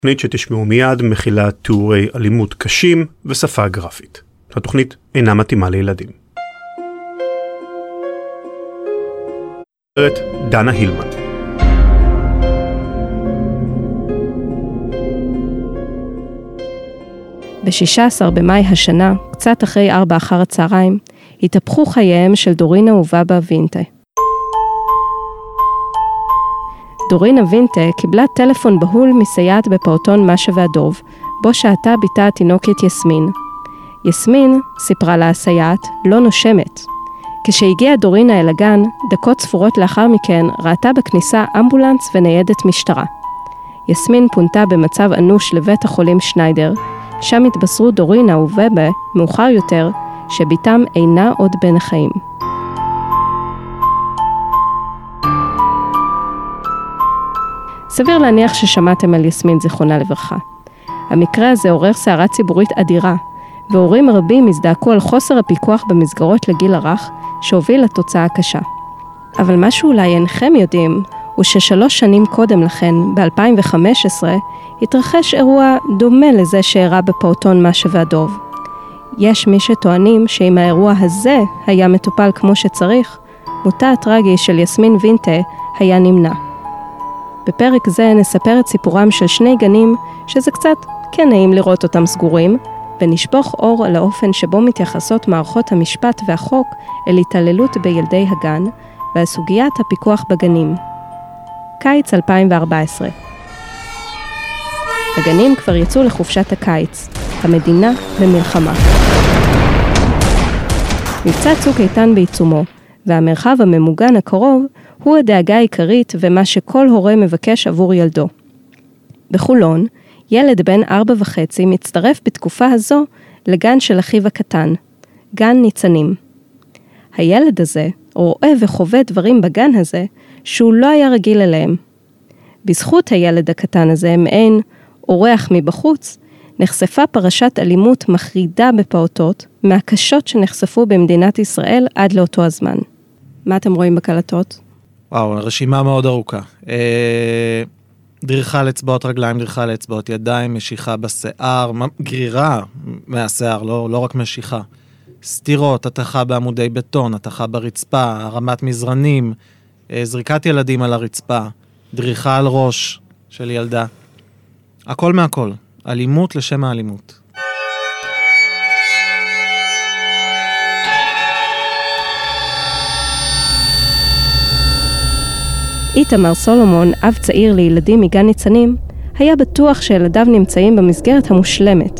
התוכנית שתשמעו מיד מכילה תיאורי אלימות קשים ושפה גרפית. התוכנית אינה מתאימה לילדים. דנה הילמן. ב-16 במאי השנה, קצת אחרי 4 אחר הצהריים, התהפכו חייהם של דורינה ובאבא וינטה. דורינה וינטה קיבלה טלפון בהול מסייעת בפעוטון משה והדוב, בו שעתה ביתה התינוקת יסמין. יסמין, סיפרה לה הסייעת, לא נושמת. כשהגיעה דורינה אל הגן, דקות ספורות לאחר מכן ראתה בכניסה אמבולנס וניידת משטרה. יסמין פונתה במצב אנוש לבית החולים שניידר, שם התבשרו דורינה ובאבא, מאוחר יותר, שביתם אינה עוד בין החיים. סביר להניח ששמעתם על יסמין זיכרונה לברכה. המקרה הזה עורר סערה ציבורית אדירה, והורים רבים הזדעקו על חוסר הפיקוח במסגרות לגיל הרך, שהוביל לתוצאה הקשה. אבל מה שאולי אינכם יודעים, הוא ש3 שנים קודם לכן, ב-2015, התרחש אירוע דומה לזה שאירע בפעוטון משה והדוב. יש מי שטוענים שאם האירוע הזה היה מטופל כמו שצריך, מותה הטרגי של יסמין וינטה היה נמנע. בפרק זה נספר את סיפורם של 2 גנים, שזה קצת כן נעים לראות אותם סגורים, ונשפוך אור על האופן שבו מתייחסות מערכות המשפט והחוק אל התעללות בילדי הגן, ועל סוגיית הפיקוח בגנים. קיץ 2014. הגנים כבר יצאו לחופשת הקיץ, המדינה במלחמה. מבצע צוק איתן בעיצומו, והמרחב הממוגן הקרוב הוא הדאגה העיקרית ומה שכל הורה מבקש עבור ילדו. בחולון, ילד בן 4.5 מצטרף בתקופה הזו לגן של אחיו הקטן, גן ניצנים. הילד הזה רואה וחווה דברים בגן הזה שהוא לא היה רגיל אליהם. בזכות הילד הקטן הזה, מעין אורח מבחוץ, נחשפה פרשת אלימות מחרידה בפעוטות, מהקשות שנחשפו במדינת ישראל עד לאותו הזמן. מה אתם רואים בקלטות? וואו, רשימה מאוד ארוכה. דריכה על אצבעות רגליים, דריכה על אצבעות ידיים, משיכה בשיער, גרירה מהשיער, לא רק משיכה. סתירות, התחה בעמודי בטון, התחה ברצפה, הרמת מזרנים, זריקת ילדים על הרצפה, דריכה על ראש של ילדה. הכל מהכל. אלימות לשם האלימות. איתמר סולומון, אב צעיר לילדים מגן ניצנים, היה בטוח שילדיו נמצאים במסגרת המושלמת.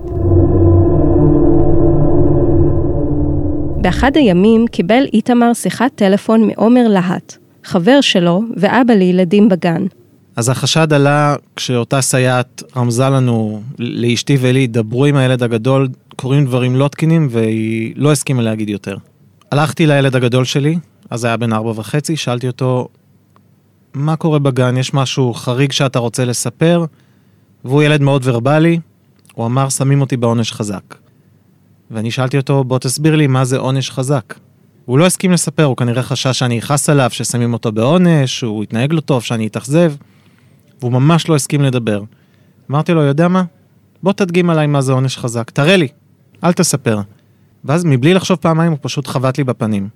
באחד הימים קיבל איתמר שיחת טלפון מעומר להט, חבר שלו ואבא לילדים בגן. אז החשד עלה כשאותה סייעת רמזה לנו, לאשתי ולי, דברו עם הילד הגדול, קוראים דברים לא תקינים, והיא לא הסכימה להגיד יותר. הלכתי לילד הגדול שלי, אז היה בן 4.5, שאלתי אותו, מה קורה בגן? יש משהו חריג שאתה רוצה לספר? והוא ילד מאוד ורבלי, הוא אמר, שמים אותי בעונש חזק. ואני שאלתי אותו, בוא תסביר לי מה זה עונש חזק. הוא לא הסכים לספר, הוא כנראה חשש שאני אכעס עליו, ששמים אותו בעונש, שהוא יתנהג לו טוב, שאני אתאכזב, והוא ממש לא הסכים לדבר. אמרתי לו, יודע מה? בוא תדגים עליי מה זה עונש חזק, תראה לי, אל תספר. ואז מבלי לחשוב פעמיים, הוא פשוט חבט לי בפנים.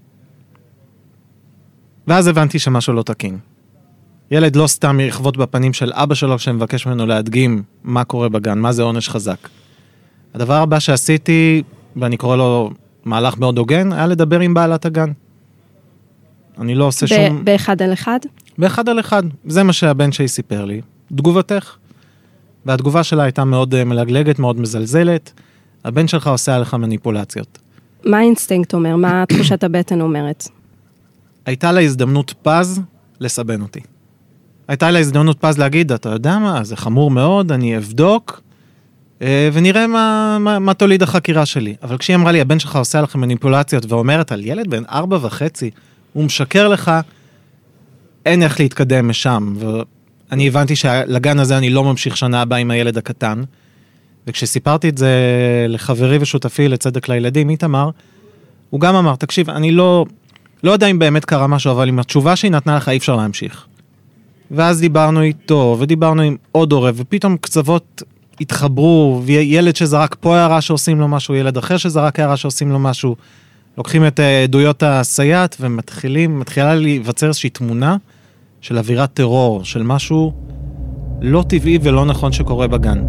ואז הבנתי שמשהו לא תקין. ילד לא סתם יחבוט בפנים של אבא שלו, שמבקש ממנו להדגים מה קורה בגן, מה זה עונש חזק. הדבר הבא שעשיתי, ואני קורא לו מהלך מאוד הוגן, היה לדבר עם בעלת הגן. אני לא עושה שום... באחד על אחד? באחד על אחד. זה מה שהבן שלי סיפר לי. תגובתך. והתגובה שלה הייתה מאוד מלגלגת, מאוד מזלזלת. הבן שלך עושה עליך מניפולציות. מה האינסטינקט אומר? מה תחושת הבטן אומרת? הייתה לה הזדמנות פז לסבן אותי. הייתה לה הזדמנות פז להגיד, אתה יודע מה, זה חמור מאוד, אני אבדוק, ונראה מה תוליד החקירה שלי. אבל כשהיא אמרה לי, הבן שלך עושה עליך מניפולציות, ואומרת על ילד בן 4.5, הוא משקר לך, אין איך להתקדם משם. ואני הבנתי שלגן הזה אני לא ממשיך שנה הבאה עם הילד הקטן, וכשסיפרתי את זה לחברי ושותפי לצדק לילדים, איתמר, הוא גם אמר, תקשיב, אני לא יודע אם באמת קרה משהו, אבל עם התשובה שהיא נתנה לך אי אפשר להמשיך. ואז דיברנו איתו, ודיברנו עם עוד הורה, ופתאום קצוות התחברו, וילד שזרק פה הערה שעושים לו משהו, ילד אחר שזרק הערה שעושים לו משהו, לוקחים את עדויות הסייעת, ומתחילה להיווצר איזושהי תמונה של אווירת טרור, של משהו לא טבעי ולא נכון שקורה בגן.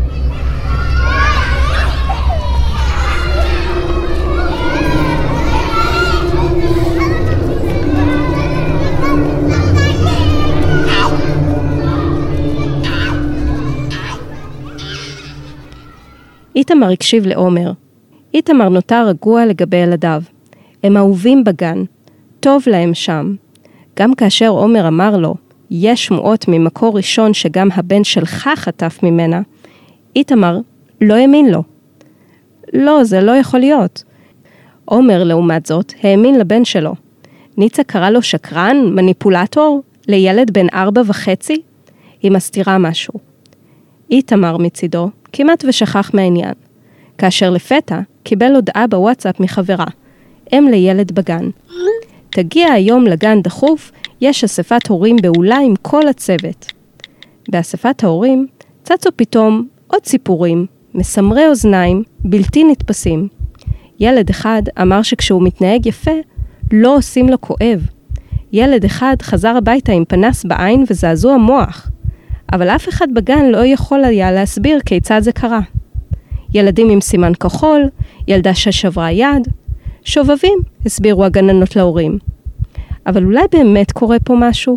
איתמר הקשיב לעומר. איתמר נותר רגוע לגבי ילדיו. הם אהובים בגן. טוב להם שם. גם כאשר עומר אמר לו, יש שמועות ממקור ראשון שגם הבן שלך חטף ממנה, איתמר לא האמין לו. לא, זה לא יכול להיות. עומר, לעומת זאת, האמין לבן שלו. ניצה קרא לו שקרן, מניפולטור, לילד בן 4.5? היא מסתירה משהו. איתמר מצידו כמעט ושכח מהעניין. כאשר לפתע קיבל הודעה בוואטסאפ מחברה, אם לילד בגן. תגיע היום לגן דחוף, יש אספת הורים באולה עם כל הצוות. באספת ההורים צצו פתאום עוד סיפורים, מסמרי אוזניים, בלתי נתפסים. ילד אחד אמר שכשהוא מתנהג יפה, לא עושים לו כואב. ילד אחד חזר הביתה עם פנס בעין וזעזוע מוח. אבל אף אחד בגן לא יכול היה להסביר כיצד זה קרה. ילדים עם סימן כחול, ילדה ששברה יד, שובבים, הסבירו הגננות להורים. אבל אולי באמת קורה פה משהו?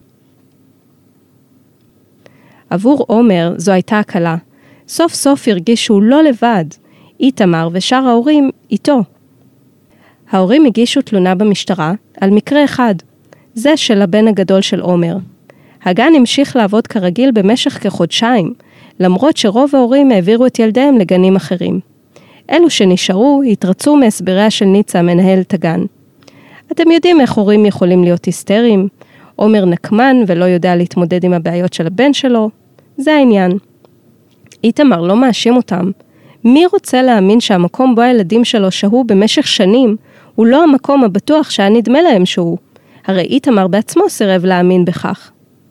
עבור עומר זו הייתה הקלה. סוף סוף הרגיש שהוא לא לבד. איתמר ושאר ההורים איתו. ההורים הגישו תלונה במשטרה על מקרה אחד, זה של הבן הגדול של עומר. הגן המשיך לעבוד כרגיל במשך כחודשיים, למרות שרוב ההורים העבירו את ילדיהם לגנים אחרים. אלו שנשארו התרצו מהסבריה של ניצה, מנהלת הגן. אתם יודעים איך הורים יכולים להיות היסטריים, עומר נקמן ולא יודע להתמודד עם הבעיות של הבן שלו, זה העניין. איתמר לא מאשים אותם. מי רוצה להאמין שהמקום בו הילדים שלו שהו במשך שנים, הוא לא המקום הבטוח שהיה נדמה להם שהוא. הרי איתמר בעצמו סירב להאמין בכך.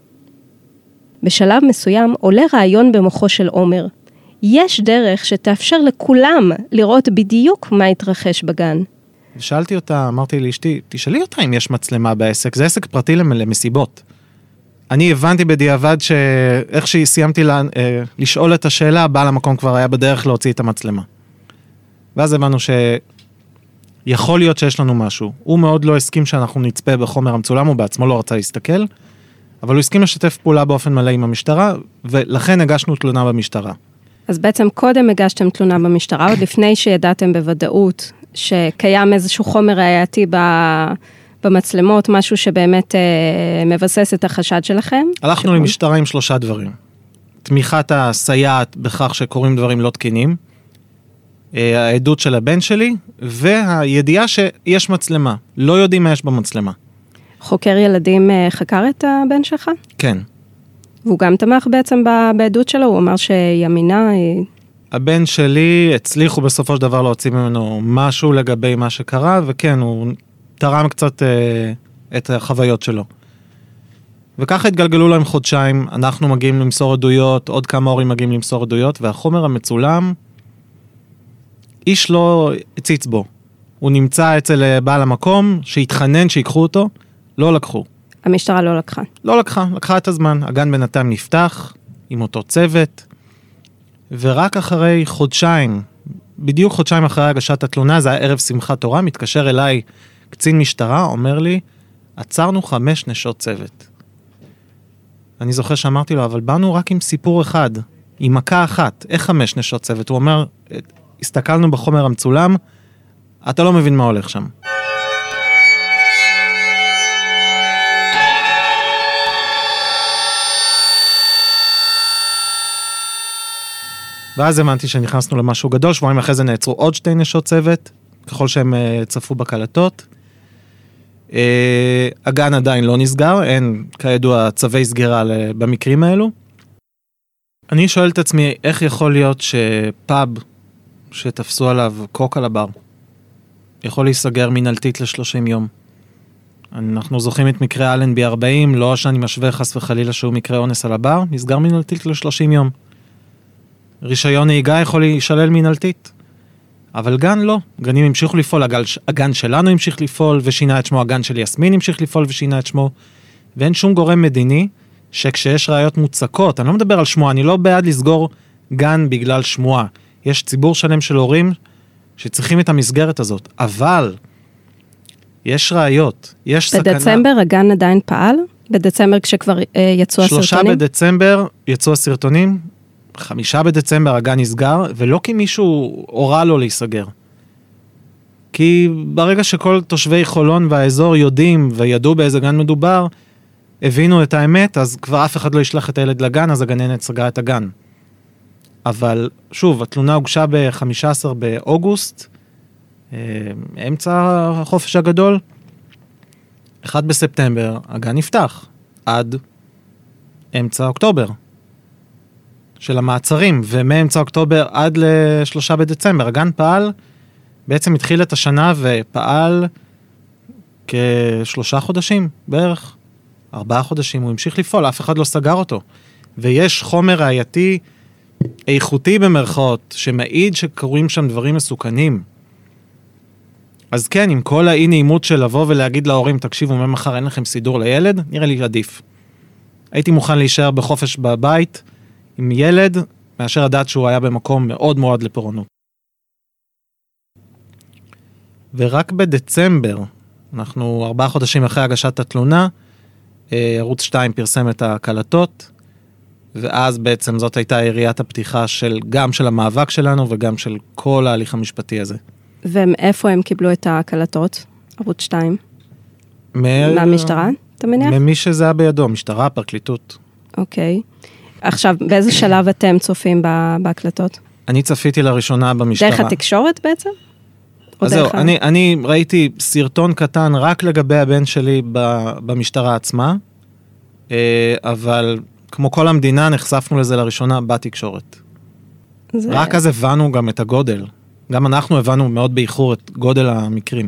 בשלב מסוים עולה רעיון במוחו של עומר. יש דרך שתאפשר לכולם לראות בדיוק מה התרחש בגן. ושאלתי אותה, אמרתי לאשתי, תשאלי אותה אם יש מצלמה בעסק, זה עסק פרטי למסיבות. אני הבנתי בדיעבד שאיך שסיימתי לשאול את השאלה, בעל המקום כבר היה בדרך להוציא את המצלמה. ואז הבנו שיכול להיות שיש לנו משהו. הוא מאוד לא הסכים שאנחנו נצפה בחומר המצולם, הוא בעצמו לא רצה להסתכל, אבל הוא הסכים לשתף פעולה באופן מלא עם המשטרה, ולכן הגשנו תלונה במשטרה. אז בעצם קודם הגשתם תלונה במשטרה, עוד לפני שידעתם בוודאות שקיים איזשהו חומר ראייתי במצלמות, משהו שבאמת מבסס את החשד שלכם? הלכנו למשטרה עם 3 דברים. תמיכת הסייעת בכך שקוראים דברים לא תקינים, העדות של הבן שלי, והידיעה שיש מצלמה. לא יודעים מה יש במצלמה. חוקר ילדים חקר את הבן שלך? כן. והוא גם תמך בעצם בעדות שלו? הוא אמר שהיא אמינה? הבן שלי הצליחו בסופו של דבר להוציא ממנו משהו לגבי מה שקרה, וכן, הוא תרם קצת את החוויות שלו. וככה התגלגלו להם חודשיים, אנחנו מגיעים למסור עדויות, עוד כמה הורים מגיעים למסור עדויות, והחומר המצולם, איש לא הציץ בו. הוא נמצא אצל בעל המקום, שהתחנן שיקחו אותו, לא לקחו. המשטרה לא לקחה. לא לקחה, לקחה את הזמן. הגן בינתיים נפתח, עם אותו צוות, ורק אחרי חודשיים, בדיוק חודשיים אחרי הגשת התלונה, זה היה ערב שמחת תורה, מתקשר אליי קצין משטרה, אומר לי, עצרנו 5 נשות צוות. אני זוכר שאמרתי לו, אבל באנו רק עם סיפור אחד, עם מכה אחת, איך 5 נשות צוות? הוא אומר, הסתכלנו בחומר המצולם, אתה לא מבין מה הולך שם. ואז הבנתי שנכנסנו למשהו גדול, שבועיים אחרי זה נעצרו עוד 2 נשות צוות, ככל שהם צפו בקלטות. הגן עדיין לא נסגר, אין כידוע צווי סגירה במקרים האלו. אני שואל את עצמי, איך יכול להיות שפאב שתפסו עליו קוק על הבר, יכול להיסגר מנהלתית ל30 יום? אנחנו זוכרים את מקרה אלנבי 40, לא שאני משווה חס וחלילה שהוא מקרה אונס על הבר, נסגר מנהלתית ל-30 יום. רישיון נהיגה יכול להישלל מנהלתית, אבל גן לא. גנים המשיכו לפעול, הגן שלנו המשיך לפעול ושינה את שמו, הגן של יסמין המשיך לפעול ושינה את שמו, ואין שום גורם מדיני שכשיש ראיות מוצקות, אני לא מדבר על שמועה, אני לא בעד לסגור גן בגלל שמועה. יש ציבור שלם של הורים שצריכים את המסגרת הזאת, אבל יש ראיות, יש סכנה. בדצמבר הגן עדיין פעל? בדצמבר כשכבר יצאו הסרטונים? 3 בדצמבר יצאו הסרטונים, 5 בדצמבר הגן נסגר, ולא כי מישהו הורה לו להיסגר. כי ברגע שכל תושבי חולון והאזור יודעים וידעו באיזה גן מדובר, הבינו את האמת, אז כבר אף אחד לא ישלח את הילד לגן, אז הגננת סגרה את הגן. אבל שוב, התלונה הוגשה ב-15 באוגוסט, אמצע החופש הגדול, 1 בספטמבר, הגן נפתח, עד אמצע אוקטובר, של המעצרים, ומאמצע אוקטובר עד ל3 בדצמבר, הגן פעל, בעצם התחיל את השנה ופעל כ3 חודשים בערך, 4 חודשים, הוא המשיך לפעול, אף אחד לא סגר אותו, ויש חומר ראייתי איכותי במרכאות, שמעיד שקורים שם דברים מסוכנים. אז כן, עם כל האי נעימות של לבוא ולהגיד להורים, תקשיבו, ממחר אין לכם סידור לילד, נראה לי עדיף. הייתי מוכן להישאר בחופש בבית עם ילד, מאשר לדעת שהוא היה במקום מאוד מאוד לפורענות. ורק בדצמבר, אנחנו 4 חודשים אחרי הגשת התלונה, ערוץ 2 פרסם את ההקלטות, ואז בעצם זאת הייתה יריית הפתיחה גם של המאבק שלנו וגם של כל ההליך המשפטי הזה. ומאיפה הם קיבלו את ההקלטות? ערוץ 2? מהמשטרה, אתה מניח? ממי שזה היה בידו, משטרה, פרקליטות. אוקיי. עכשיו, באיזה שלב אתם צופים בהקלטות? אני צפיתי לראשונה במשטרה. דרך התקשורת בעצם? אז זהו, אני ראיתי סרטון קטן רק לגבי הבן שלי במשטרה עצמה, אבל כמו כל המדינה נחשפנו לזה לראשונה בתקשורת. רק אז הבנו גם את הגודל. גם אנחנו הבנו מאוד באיחור את גודל המקרים.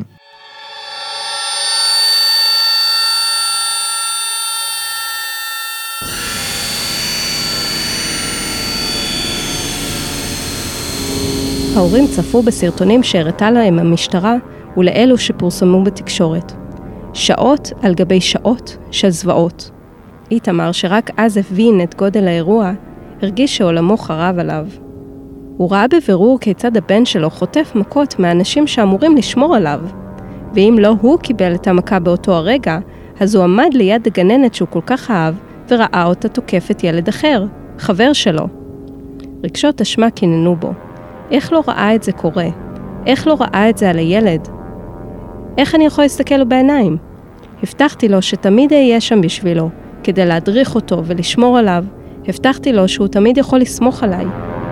ההורים צפו בסרטונים שהראתה להם המשטרה ולאלו שפורסמו בתקשורת. שעות על גבי שעות של זוועות. איתמר, שרק אז הבין את גודל האירוע, הרגיש שעולמו חרב עליו. הוא ראה בבירור כיצד הבן שלו חוטף מכות מהאנשים שאמורים לשמור עליו, ואם לא הוא קיבל את המכה באותו הרגע, אז הוא עמד ליד הגננת שהוא כל כך אהב, וראה אותה תוקפת ילד אחר, חבר שלו. רגשות אשמה כיננו בו. איך לא ראה את זה קורה? איך לא ראה את זה על הילד? איך אני יכול להסתכל לו בעיניים? הבטחתי לו שתמיד אהיה שם בשבילו, כדי להדריך אותו ולשמור עליו. הבטחתי לו שהוא תמיד יכול לסמוך עליי.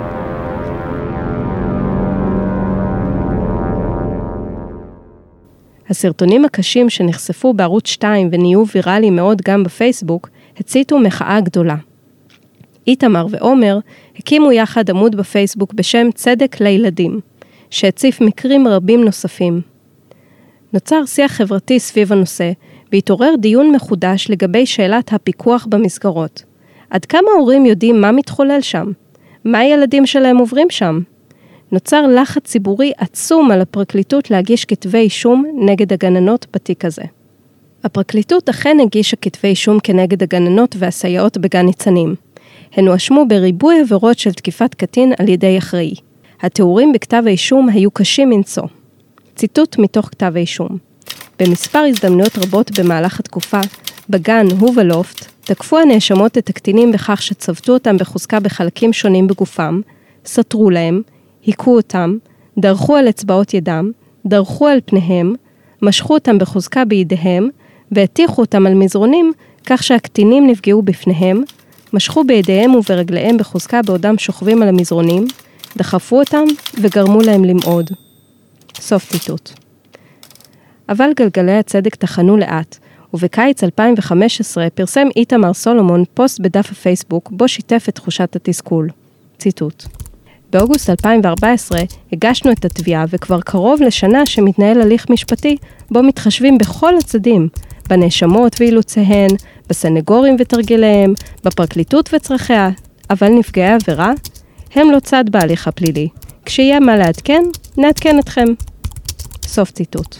הסרטונים הקשים שנחשפו בערוץ 2 ונהיו ויראלי מאוד גם בפייסבוק, הציתו מחאה גדולה. איתמר ועומר הקימו יחד עמוד בפייסבוק בשם צדק לילדים, שהציף מקרים רבים נוספים. נוצר שיח חברתי סביב הנושא, והתעורר דיון מחודש לגבי שאלת הפיקוח במסגרות. עד כמה הורים יודעים מה מתחולל שם? מה הילדים שלהם עוברים שם? נוצר לחץ ציבורי עצום על הפרקליטות להגיש כתבי אישום נגד הגננות בתיק הזה. הפרקליטות אכן הגישה כתבי אישום כנגד הגננות והסייעות בגן ניצנים. הן הואשמו בריבוי עבירות של תקיפת קטין על ידי אחראי. התיאורים בכתב האישום היו קשים מנשוא. ציטוט מתוך כתב האישום. במספר הזדמנויות רבות במהלך התקופה, בגן ובלופט, תקפו הנאשמות את הקטינים בכך שצוותו אותם בחוזקה בחלקים שונים בגופם, סתרו להם, היכו אותם, דרכו על אצבעות ידם, דרכו על פניהם, משכו אותם בחוזקה בידיהם, והטיחו אותם על מזרונים, כך שהקטינים נפגעו בפניהם, משכו בידיהם וברגליהם בחוזקה בעודם שוכבים על המזרונים, דחפו אותם וגרמו להם למעוד. סוף ציטוט. אבל גלגלי הצדק תחנו לאט, ובקיץ 2015 פרסם איתמר סולומון פוסט בדף הפייסבוק, בו שיתף את תחושת התסכול. ציטוט. באוגוסט 2014 הגשנו את התביעה וכבר קרוב לשנה שמתנהל הליך משפטי, בו מתחשבים בכל הצדדים, בנאשמות ואילוציהן, בסנגורים ותרגיליהם, בפרקליטות וצרכיה, אבל נפגעי עבירה הם לא צד בהליך הפלילי. כשיהיה מה לעדכן, נעדכן אתכם. סוף ציטוט.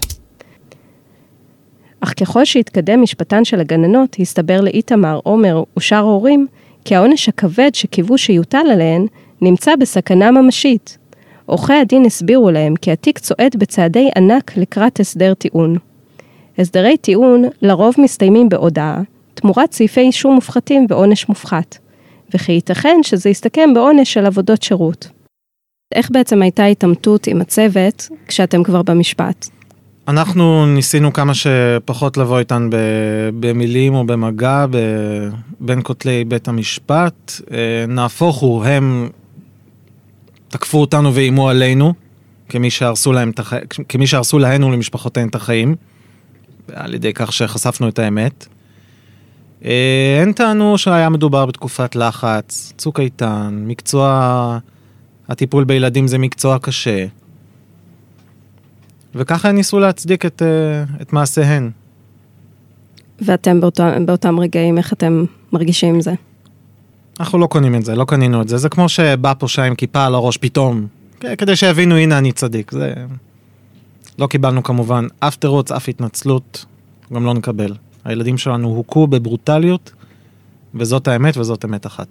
אך ככל שהתקדם משפטן של הגננות, הסתבר לאיתמר, עומר ושאר הורים, כי העונש הכבד שקיוו שיוטל עליהן נמצא בסכנה ממשית. עורכי הדין הסבירו להם כי התיק צועד בצעדי ענק לקראת הסדר טיעון. הסדרי טיעון לרוב מסתיימים בהודעה, תמורת סעיפי אישום מופחתים ועונש מופחת, וכי ייתכן שזה יסתכם בעונש של עבודות שירות. איך בעצם הייתה התעמתות עם הצוות כשאתם כבר במשפט? אנחנו ניסינו כמה שפחות לבוא איתן במילים או במגע בין כותלי בית המשפט. נהפוך הוא, הם תקפו אותנו ואימו עלינו, כמי שהרסו להן ולמשפחותיהן את החיים, על ידי כך שחשפנו את האמת. הן טענו שהיה מדובר בתקופת לחץ, צוק איתן, מקצוע הטיפול בילדים זה מקצוע קשה. וככה ניסו להצדיק את מעשיהן. ואתם באותם רגעים, איך אתם מרגישים עם זה? אנחנו לא קונים את זה, לא קנינו את זה. זה כמו שבא פושע עם כיפה על הראש פתאום, כדי שיבינו, הנה אני צדיק. זה לא קיבלנו כמובן אף תירוץ, אף התנצלות, גם לא נקבל. הילדים שלנו הוכו בברוטליות, וזאת האמת וזאת אמת אחת.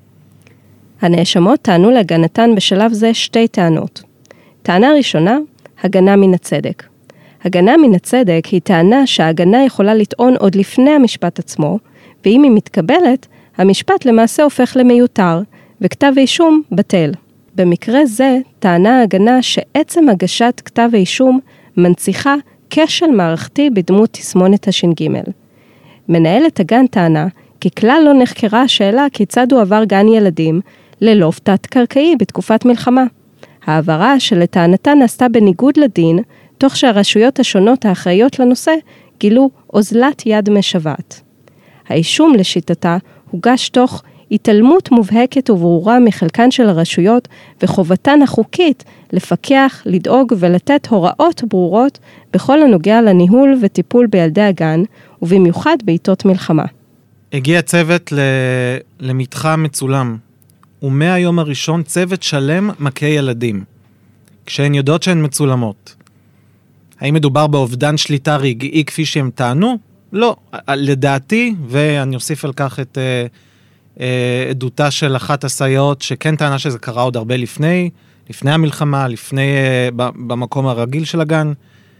הנאשמות טענו להגנתן בשלב זה שתי טענות. טענה ראשונה, הגנה מן הצדק. הגנה מן הצדק היא טענה שההגנה יכולה לטעון עוד לפני המשפט עצמו, ואם היא מתקבלת, המשפט למעשה הופך למיותר, וכתב האישום בטל. במקרה זה, טענה ההגנה שעצם הגשת כתב האישום מנציחה כשל מערכתי בדמות תסמונת הש"ג. מנהלת הגן טענה, כי כלל לא נחקרה השאלה כיצד הוא עבר גן ילדים ללוף תת-קרקעי בתקופת מלחמה. העברה שלטענתה נעשתה בניגוד לדין, תוך שהרשויות השונות האחראיות לנושא גילו אוזלת יד משוועת. האישום לשיטתה הוגש תוך התעלמות מובהקת וברורה מחלקן של הרשויות וחובתן החוקית לפקח, לדאוג ולתת הוראות ברורות בכל הנוגע לניהול וטיפול בילדי הגן, ובמיוחד בעיתות מלחמה. הגיע צוות למתחם מצולם, ומהיום הראשון צוות שלם מכה ילדים, כשהן יודעות שהן מצולמות. האם מדובר באובדן שליטה רגעי כפי שהם טענו? לא, לדעתי, ואני אוסיף על כך את עדותה של אחת הסייעות, שכן טענה שזה קרה עוד הרבה לפני המלחמה, במקום הרגיל של הגן,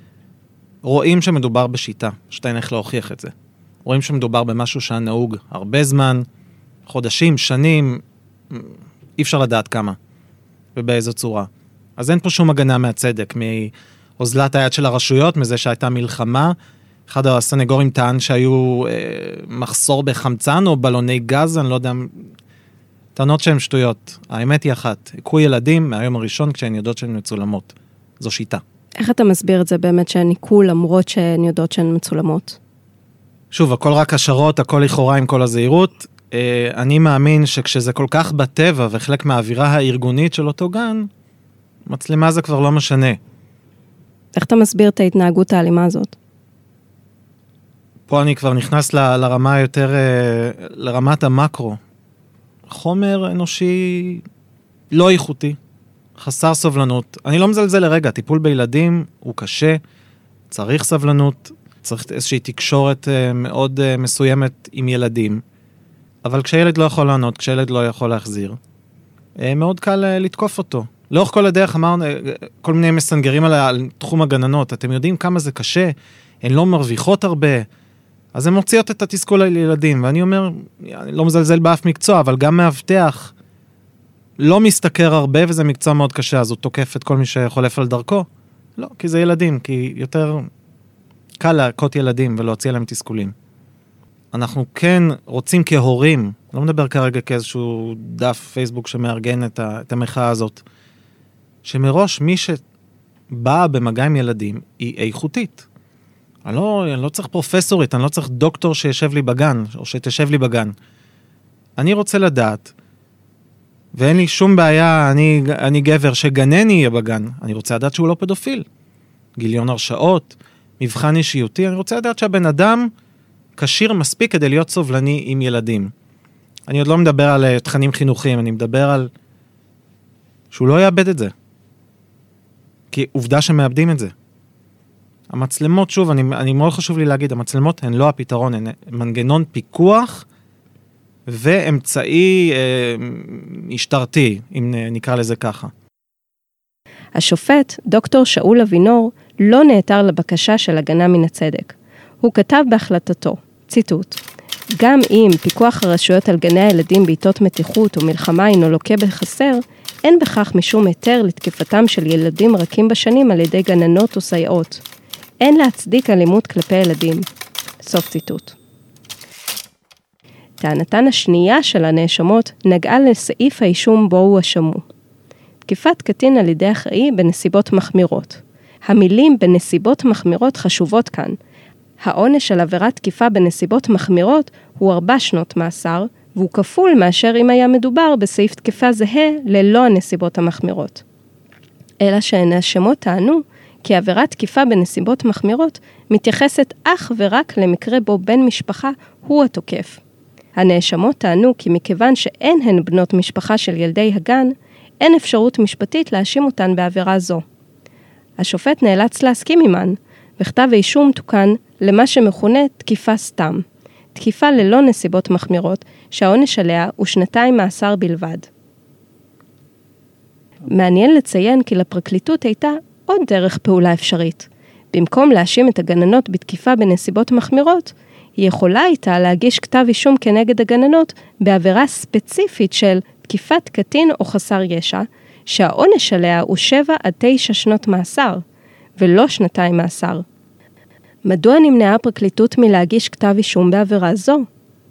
רואים שמדובר בשיטה, שאין איך להוכיח את זה. רואים שמדובר במשהו שהנהוג הרבה זמן, חודשים, שנים, אי אפשר לדעת כמה, ובאיזו צורה. אז אין פה שום הגנה מהצדק, מאוזלת היד של הרשויות, מזה שהייתה מלחמה. אחד הסנגורים טען שהיו מחסור בחמצן או בלוני גז, אני לא יודע, טענות שהן שטויות. האמת היא אחת, הכו ילדים מהיום הראשון כשהן יודעות שהן מצולמות. זו שיטה. איך אתה מסביר את זה באמת שהן הכו למרות שהן יודעות שהן מצולמות? שוב, הכל רק השערות, הכל לכאורה עם כל הזהירות. אני מאמין שכשזה כל כך בטבע וחלק מהאווירה הארגונית של אותו גן, מצלמה זה כבר לא משנה. איך אתה מסביר את ההתנהגות האלימה הזאת? פה אני כבר נכנס לרמה יותר, לרמת המקרו. חומר אנושי לא איכותי, חסר סובלנות. אני לא מזלזל לרגע, טיפול בילדים הוא קשה, צריך סבלנות, צריך איזושהי תקשורת מאוד מסוימת עם ילדים, אבל כשילד לא יכול לענות, כשילד לא יכול להחזיר, מאוד קל לתקוף אותו. לאורך כל הדרך אמרנו, כל מיני מסנגרים על תחום הגננות, אתם יודעים כמה זה קשה, הן לא מרוויחות הרבה, אז הן מוציאות את התסכול על ילדים, ואני אומר, אני לא מזלזל באף מקצוע, אבל גם מאבטח לא מסתכר הרבה, וזה מקצוע מאוד קשה, אז הוא תוקף את כל מי שחולף על דרכו. לא, כי זה ילדים, כי יותר קל להכות ילדים ולהוציא להם תסכולים. אנחנו כן רוצים כהורים, לא מדבר כרגע כאיזשהו דף פייסבוק שמארגן את המחאה הזאת, שמראש מי שבא במגע עם ילדים היא איכותית. אני לא צריך פרופסורית, אני לא צריך דוקטור שישב לי בגן, או שתשב לי בגן. אני רוצה לדעת, ואין לי שום בעיה, אני גבר שגנני יהיה בגן, אני רוצה לדעת שהוא לא פדופיל. גיליון הרשאות, מבחן אישיותי, אני רוצה לדעת שהבן אדם כשיר מספיק כדי להיות סובלני עם ילדים. אני עוד לא מדבר על תכנים חינוכיים, אני מדבר על שהוא לא יאבד את זה. כי עובדה שמאבדים את זה. המצלמות, שוב, אני מאוד חשוב לי להגיד, המצלמות הן לא הפתרון, הן מנגנון פיקוח ואמצעי משטרתי, אם נקרא לזה ככה. השופט, דוקטור שאול אבינור, לא נעתר לבקשה של הגנה מן הצדק. הוא כתב בהחלטתו, ציטוט, גם אם פיקוח הרשויות על גני הילדים בעיתות מתיחות או מלחמה אינו לוקה בחסר, אין בכך משום היתר לתקיפתם של ילדים רכים בשנים על ידי גננות או סייעות. אין להצדיק אלימות כלפי ילדים. סוף ציטוט. טענתן השנייה של הנאשמות נגעה לסעיף האישום בו הוא אשמו. תקיפת קטין על ידי אחראי בנסיבות מחמירות. המילים בנסיבות מחמירות חשובות כאן. העונש על עבירת תקיפה בנסיבות מחמירות הוא 4 שנות מאסר, והוא כפול מאשר אם היה מדובר בסעיף תקיפה זהה ללא הנסיבות המחמירות. אלא שהנאשמות טענו כי עבירת תקיפה בנסיבות מחמירות מתייחסת אך ורק למקרה בו בן משפחה הוא התוקף. הנאשמות טענו כי מכיוון שאין הן בנות משפחה של ילדי הגן, אין אפשרות משפטית להאשים אותן בעבירה זו. השופט נאלץ להסכים עימן, וכתב האישום תוקן למה שמכונה תקיפה סתם. תקיפה ללא נסיבות מחמירות, שהעונש עליה הוא 2 מאסר בלבד. מעניין לציין כי לפרקליטות הייתה עוד דרך פעולה אפשרית. במקום להאשים את הגננות בתקיפה בנסיבות מחמירות, היא יכולה הייתה להגיש כתב אישום כנגד הגננות בעבירה ספציפית של תקיפת קטין או חסר ישע, שהעונש עליה הוא 7 עד 9 שנות מאסר, ולא 2 מאסר. מדוע נמנעה הפרקליטות מלהגיש כתב אישום בעבירה זו?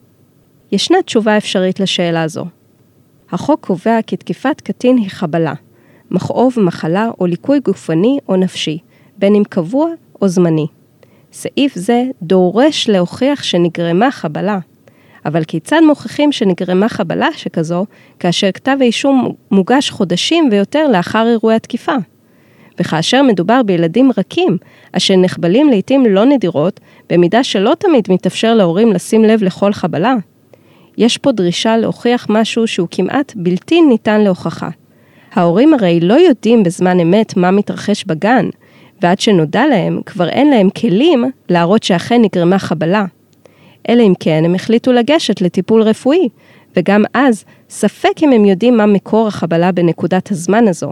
ישנה תשובה אפשרית לשאלה זו. החוק קובע כי תקיפת קטין היא חבלה, מכאוב, מחלה או ליקוי גופני או נפשי, בין אם קבוע או זמני. סעיף זה דורש להוכיח שנגרמה חבלה, אבל כיצד מוכיחים שנגרמה חבלה שכזו, כאשר כתב האישום מוגש חודשים ויותר לאחר אירועי התקיפה? וכאשר מדובר בילדים רכים, אשר נחבלים לעתים לא נדירות, במידה שלא תמיד מתאפשר להורים לשים לב לכל חבלה. יש פה דרישה להוכיח משהו שהוא כמעט בלתי ניתן להוכחה. ההורים הרי לא יודעים בזמן אמת מה מתרחש בגן, ועד שנודע להם כבר אין להם כלים להראות שאכן נגרמה חבלה. אלא אם כן הם החליטו לגשת לטיפול רפואי, וגם אז ספק אם הם יודעים מה מקור החבלה בנקודת הזמן הזו.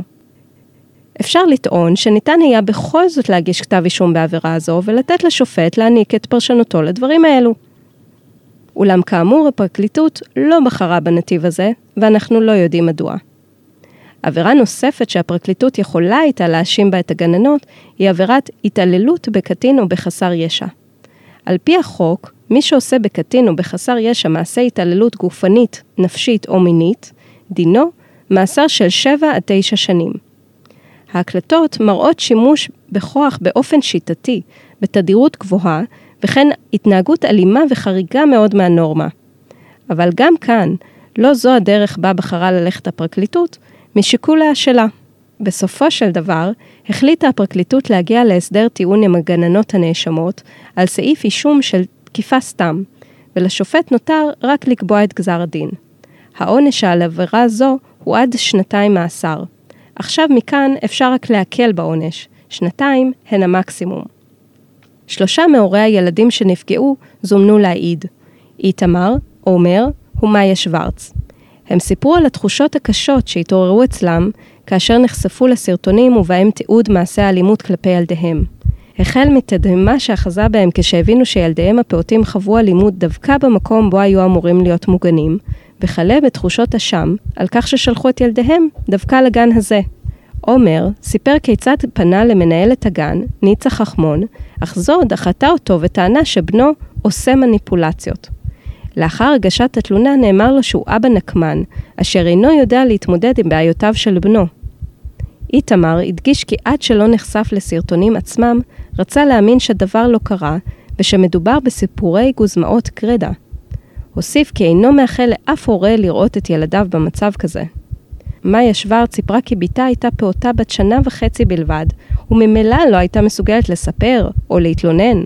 אפשר לטעון שניתן היה בכל זאת להגיש כתב אישום בעבירה הזו, ולתת לשופט להעניק את פרשנותו לדברים האלו. אולם כאמור הפרקליטות לא בחרה בנתיב הזה, ואנחנו לא יודעים מדוע. עבירה נוספת שהפרקליטות יכולה הייתה להאשים בה את הגננות, היא עבירת התעללות בקטין או בחסר ישע. על פי החוק, מי שעושה בקטין או בחסר ישע מעשה התעללות גופנית, נפשית או מינית, דינו מאסר של 7 עד 9 שנים. ההקלטות מראות שימוש בכוח באופן שיטתי, בתדירות גבוהה, וכן התנהגות אלימה וחריגה מאוד מהנורמה. אבל גם כאן, לא זו הדרך בה בחרה ללכת הפרקליטות, משיקולה שלה. בסופו של דבר, החליטה הפרקליטות להגיע להסדר טיעון עם הגננות הנאשמות, על סעיף אישום של תקיפה סתם, ולשופט נותר רק לקבוע את גזר הדין. העונש על עבירה זו הוא עד 2 מאסר. עכשיו מכאן אפשר רק להקל בעונש, 2 הן המקסימום. 3 מהורי הילדים שנפגעו זומנו להעיד, איתמר, עומר ומאיה שוורץ. הם סיפרו על התחושות הקשות שהתעוררו אצלם כאשר נחשפו לסרטונים ובהם תיעוד מעשי האלימות כלפי ילדיהם. החל מתדהמה שאחזה בהם כשהבינו שילדיהם הפעוטים חוו אלימות דווקא במקום בו היו אמורים להיות מוגנים, וכלה בתחושות אשם על כך ששלחו את ילדיהם דווקא לגן הזה. עומר סיפר כיצד פנה למנהלת הגן, ניצה חכמון, אך זו דחתה אותו וטענה שבנו עושה מניפולציות. לאחר הגשת התלונה נאמר לו שהוא אבא נקמן, אשר אינו יודע להתמודד עם בעיותיו של בנו. איתמר הדגיש כי עד שלא נחשף לסרטונים עצמם, רצה להאמין שדבר לא קרה, ושמדובר בסיפורי גוזמאות גרדה. הוסיף כי אינו מאחל לאף הורה לראות את ילדיו במצב כזה. מאיה שוורץ סיפרה כי ביתה הייתה פעוטה בת 1.5 בלבד, וממילא לא הייתה מסוגלת לספר או להתלונן.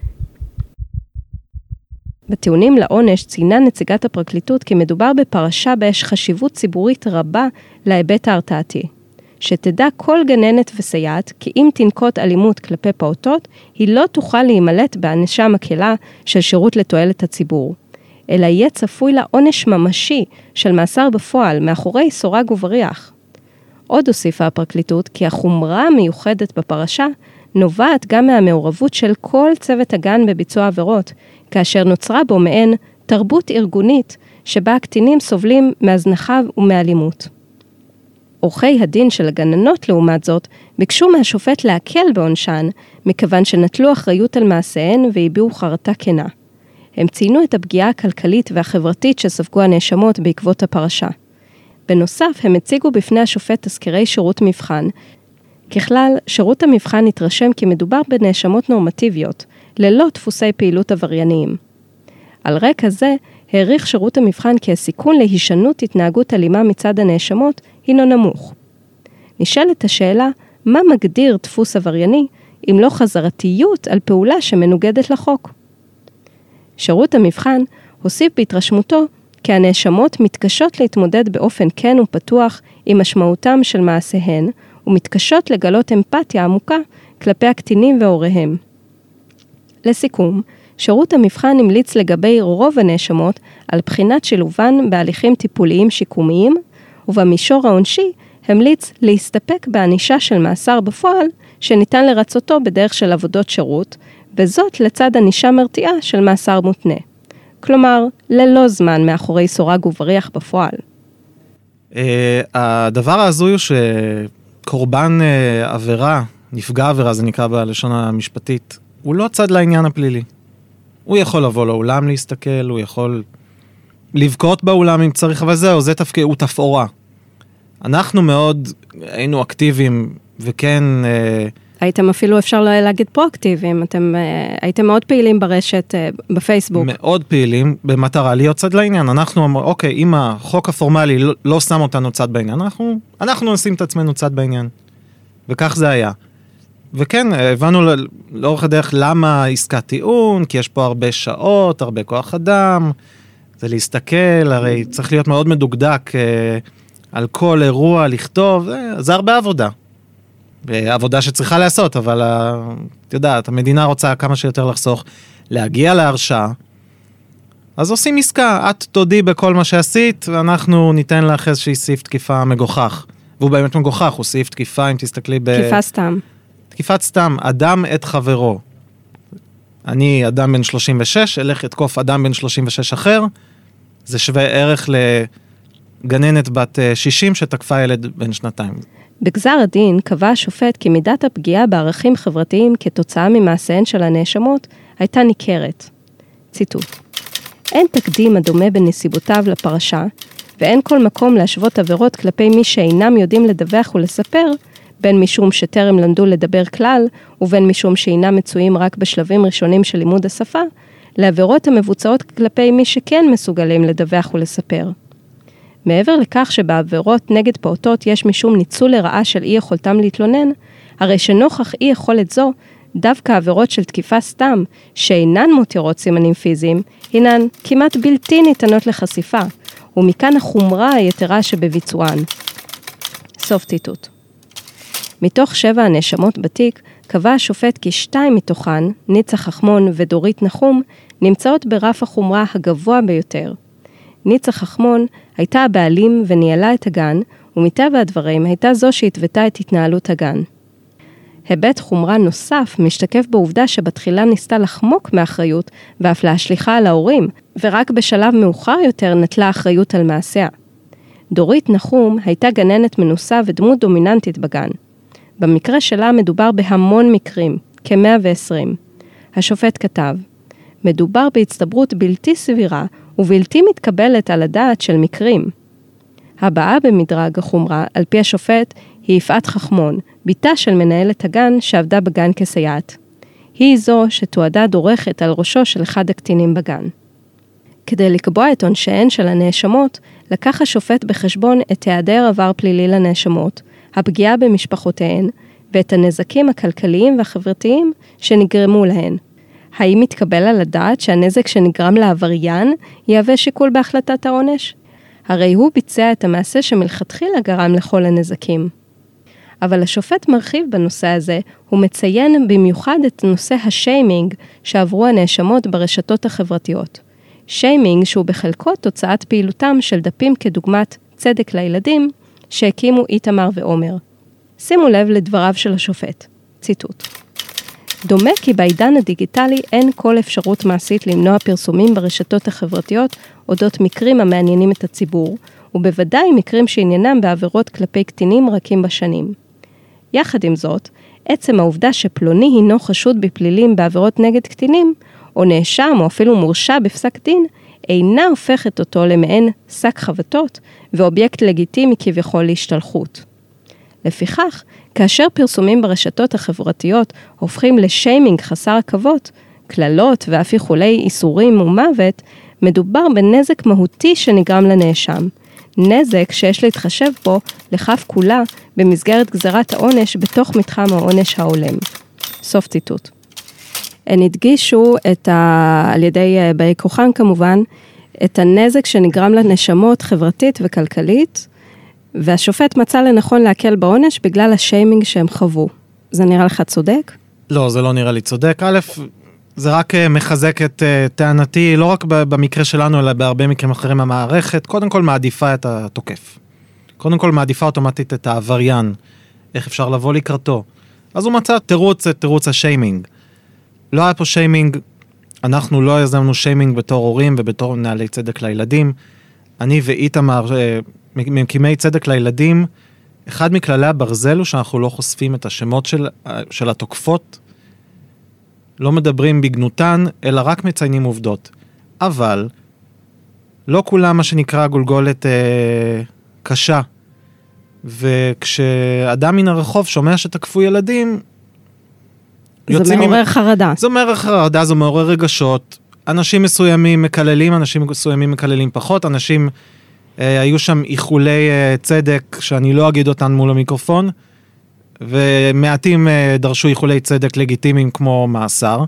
בטיעונים לעונש ציינה נציגת הפרקליטות כי מדובר בפרשה יש חשיבות ציבורית רבה להיבט ההרתעתי. שתדע כל גננת וסייעת כי אם תנקוט אלימות כלפי פעוטות, היא לא תוכל להימלט בענישה מקלה של שירות לתועלת הציבור, אלא יהיה צפוי לה עונש ממשי של מאסר בפועל מאחורי סורג ובריח. עוד הוסיפה הפרקליטות כי החומרה המיוחדת בפרשה נובעת גם מהמעורבות של כל צוות הגן בביצוע עבירות, כאשר נוצרה בו מעין תרבות ארגונית שבה הקטינים סובלים מהזנחה ומאלימות. עורכי הדין של הגננות לעומת זאת ביקשו מהשופט להקל בעונשן מכיוון שנטלו אחריות על מעשיהן והביעו חרטה כנה. הם ציינו את הפגיעה הכלכלית והחברתית שספגו הנאשמות בעקבות הפרשה. בנוסף, הם הציגו בפני השופט תזכירי שירות מבחן. ככלל, שירות המבחן התרשם כי מדובר בנאשמות נורמטיביות, ללא דפוסי פעילות עברייניים. על רקע זה, העריך שירות המבחן כי הסיכון להישנות התנהגות אלימה מצד הנאשמות הינו נמוך. נשאלת השאלה, מה מגדיר דפוס עברייני, אם לא חזרתיות על פעולה שמנוגדת לחוק? שירות המבחן הוסיף בהתרשמותו כי הנאשמות מתקשות להתמודד באופן כן ופתוח עם משמעותם של מעשיהן, ומתקשות לגלות אמפתיה עמוקה כלפי הקטינים והוריהם. לסיכום, שירות המבחן המליץ לגבי רוב הנאשמות על בחינת שילובן בהליכים טיפוליים שיקומיים, ובמישור העונשי המליץ להסתפק בענישה של מאסר בפועל שניתן לרצותו בדרך של עבודות שירות, וזאת לצד ענישה מרתיעה של מאסר מותנה. כלומר, ללא זמן מאחורי סורג ובריח בפועל. הדבר ההזוי הוא שקורבן עבירה, נפגע עבירה, זה נקרא בלשון המשפטית, הוא לא צד לעניין הפלילי. הוא יכול לבוא לאולם להסתכל, הוא יכול לבכות באולם אם צריך, אבל זהו, זה תפקיד, הוא תפאורה. אנחנו מאוד היינו אקטיביים, וכן... הייתם אפילו, אפשר להגיד פרואקטיביים, אתם הייתם מאוד פעילים ברשת, בפייסבוק. מאוד פעילים, במטרה להיות צד לעניין. אנחנו אמרו, אוקיי, אם החוק הפורמלי לא שם אותנו צד בעניין, אנחנו נשים את עצמנו צד בעניין. וכך זה היה. וכן, הבנו לאורך הדרך למה עסקת טיעון, כי יש פה הרבה שעות, הרבה כוח אדם, זה להסתכל, הרי צריך להיות מאוד מדוקדק על כל אירוע, לכתוב, זה הרבה עבודה. עבודה שצריכה לעשות, אבל את יודעת, המדינה רוצה כמה שיותר לחסוך, להגיע להרשעה, אז עושים עסקה, את תודי בכל מה שעשית, ואנחנו ניתן לך איזושהי סעיף תקיפה מגוחך. והוא באמת מגוחך, הוא סעיף תקיפה, אם תסתכלי תקיפה סתם. תקיפת סתם, אדם את חברו. אני אדם בן 36, אלך לתקוף אדם בן 36 אחר, זה שווה ערך לגננת בת 60 שתקפה ילד בן 2. בגזר הדין קבע השופט כי מידת הפגיעה בערכים חברתיים כתוצאה ממעשיהן של הנאשמות הייתה ניכרת. ציטוט: אין תקדים הדומה בנסיבותיו לפרשה, ואין כל מקום להשוות עבירות כלפי מי שאינם יודעים לדווח ולספר, בין משום שטרם למדו לדבר כלל, ובין משום שאינם מצויים רק בשלבים ראשונים של לימוד השפה, לעבירות המבוצעות כלפי מי שכן מסוגלים לדווח ולספר. מעבר לכך שבעבירות נגד פעוטות יש משום ניצול לרעה של אי יכולתם להתלונן, הרי שנוכח אי יכולת זו, דווקא עבירות של תקיפה סתם, שאינן מותירות סימנים פיזיים, הינן כמעט בלתי ניתנות לחשיפה, ומכאן החומרה היתרה שבביצוען. סוף ציטוט. מתוך 7 הנאשמות בתיק, קבע השופט כי 2 מתוכן, ניצה חכמון ודורית נחום, נמצאות ברף החומרה הגבוה ביותר. ניצה חכמון הייתה הבעלים וניהלה את הגן, ומטבע הדברים הייתה זו שהתוותה את התנהלות הגן. היבט חומרה נוסף משתקף בעובדה שבתחילה ניסתה לחמוק מאחריות ואף להשליחה על ההורים, ורק בשלב מאוחר יותר נטלה אחריות על מעשיה. דורית נחום הייתה גננת מנוסה ודמות דומיננטית בגן. במקרה שלה מדובר בהמון מקרים, כ-120. השופט כתב, מדובר בהצטברות בלתי סבירה ובלתי מתקבלת על הדעת של מקרים. הבאה במדרג החומרה, על פי השופט, היא יפעת חכמון, ביתה של מנהלת הגן שעבדה בגן כסייעת. היא זו שתועדה דורכת על ראשו של אחד הקטינים בגן. כדי לקבוע את עונשיהן של הנאשמות, לקח השופט בחשבון את היעדר עבר פלילי לנאשמות, הפגיעה במשפחותיהן, ואת הנזקים הכלכליים והחברתיים שנגרמו להן. האם מתקבל על הדעת שהנזק שנגרם לעבריין יהווה שיקול בהחלטת העונש? הרי הוא ביצע את המעשה שמלכתחילה גרם לכל הנזקים. אבל השופט מרחיב בנושא הזה, הוא מציין במיוחד את נושא השיימינג שעברו הנאשמות ברשתות החברתיות. שיימינג שהוא בחלקו תוצאת פעילותם של דפים כדוגמת צדק לילדים שהקימו איתמר ועומר. שימו לב לדבריו של השופט, ציטוט. דומה כי בעידן הדיגיטלי אין כל אפשרות מעשית למנוע פרסומים ברשתות החברתיות אודות מקרים המעניינים את הציבור, ובוודאי מקרים שעניינם בעבירות כלפי קטינים רכים בשנים. יחד עם זאת, עצם העובדה שפלוני הינו חשוד בפלילים בעבירות נגד קטינים, או נאשם או אפילו מורשע בפסק דין, אינה הופכת אותו למעין שק חבטות ואובייקט לגיטימי כביכול להשתלחות. לפיכך, כאשר פרסומים ברשתות החברתיות הופכים לשיימינג חסר עכבות, כללות ואף איחולי איסורים ומוות, מדובר בנזק מהותי שנגרם לנאשם. נזק שיש להתחשב בו לכף כולה במסגרת גזרת העונש בתוך מתחם העונש ההולם. סוף ציטוט. הן הדגישו על ידי באי כוחן כמובן, את הנזק שנגרם לנשמות חברתית וכלכלית, והשופט מצא לנכון להקל בעונש בגלל השיימינג שהם חוו. זה נראה לך צודק? לא, זה לא נראה לי צודק. א', זה רק מחזק את טענתי, לא רק במקרה שלנו, אלא בהרבה מקרים אחרים המערכת. קודם כל מעדיפה את התוקף. קודם כל מעדיפה אוטומטית את העבריין. איך אפשר לבוא לקראתו? אז הוא מצא תירוץ השיימינג. לא היה פה שיימינג, אנחנו לא יזמנו שיימינג בתור הורים ובתור מנהלי צדק לילדים. אני ואיתמר, מקימי צדק לילדים, אחד מכללי הברזל הוא שאנחנו לא חושפים את השמות של התוקפות, לא מדברים בגנותן, אלא רק מציינים עובדות. אבל, לא כולם מה שנקרא גולגולת קשה. וכשאדם מן הרחוב שומע שתקפו ילדים, זה מעורר חרדה. זה מעורר חרדה, זה מעורר רגשות. אנשים מסוימים מקללים, אנשים מסוימים מקללים פחות, אנשים, היו שם איחולי צדק, שאני לא אגיד אותן מול המיקרופון, ומעטים דרשו איחולי צדק לגיטימיים כמו מאסר.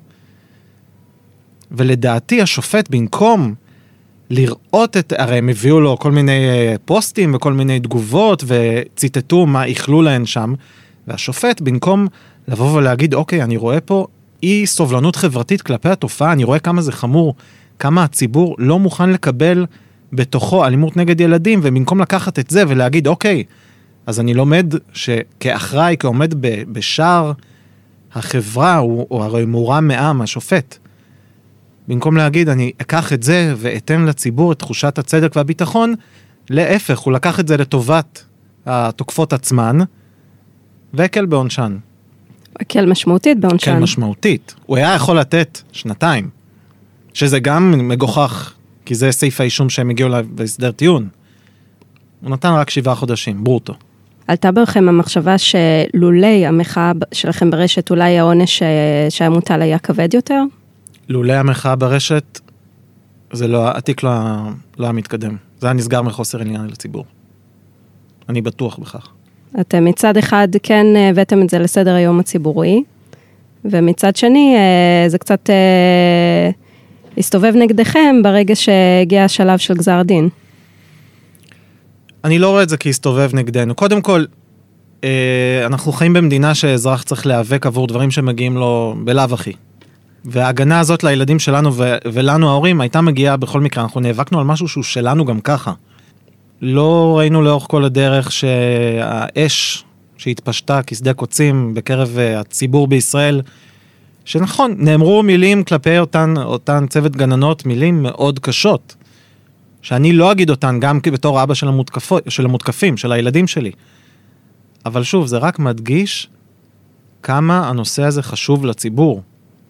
ולדעתי השופט במקום לראות הרי הם הביאו לו כל מיני פוסטים וכל מיני תגובות, וציטטו מה איחלו להן שם, והשופט במקום לבוא ולהגיד, אוקיי, אני רואה פה אי סובלנות חברתית כלפי התופעה, אני רואה כמה זה חמור, כמה הציבור לא מוכן לקבל בתוכו אלימות נגד ילדים, ובמקום לקחת את זה ולהגיד, אוקיי, אז אני לומד שכאחראי, כעומד בשער החברה, הוא הרי מורם מעם, השופט. במקום להגיד, אני אקח את זה ואתן לציבור את תחושת הצדק והביטחון, להפך, הוא לקח את זה לטובת התוקפות עצמן, והקל בעונשן. הקל משמעותית בעונשן. הקל משמעותית. הוא היה יכול לתת 2, שזה גם מגוחך, כי זה סעיף האישום שהם הגיעו להסדר טיעון. הוא נתן רק 7 חודשים, ברוטו. עלתה בכם המחשבה שלולי המחאה שלכם ברשת, אולי העונש שהיה מוטל היה כבד יותר? לולי המחאה ברשת, זה לא, התיק לא היה מתקדם. זה היה נסגר מחוסר עניין לציבור. אני בטוח בכך. אתם מצד אחד כן הבאתם את זה לסדר היום הציבורי, ומצד שני זה קצת הסתובב נגדכם ברגע שהגיע השלב של גזר הדין. אני לא רואה את זה כהסתובב נגדנו. קודם כל, אנחנו חיים במדינה שאזרח צריך להיאבק עבור דברים שמגיעים לו בלאו הכי. וההגנה הזאת לילדים שלנו ולנו ההורים הייתה מגיעה בכל מקרה. אנחנו נאבקנו על משהו שהוא שלנו גם ככה. לא ראינו לאורך כל הדרך שהאש שהתפשטה כשדה קוצים בקרב הציבור בישראל, שנכון, נאמרו מילים כלפי אותן צוות גננות, מילים מאוד קשות, שאני לא אגיד אותן גם בתור אבא של המותקפים, של הילדים שלי. אבל שוב, זה רק מדגיש כמה הנושא הזה חשוב לציבור.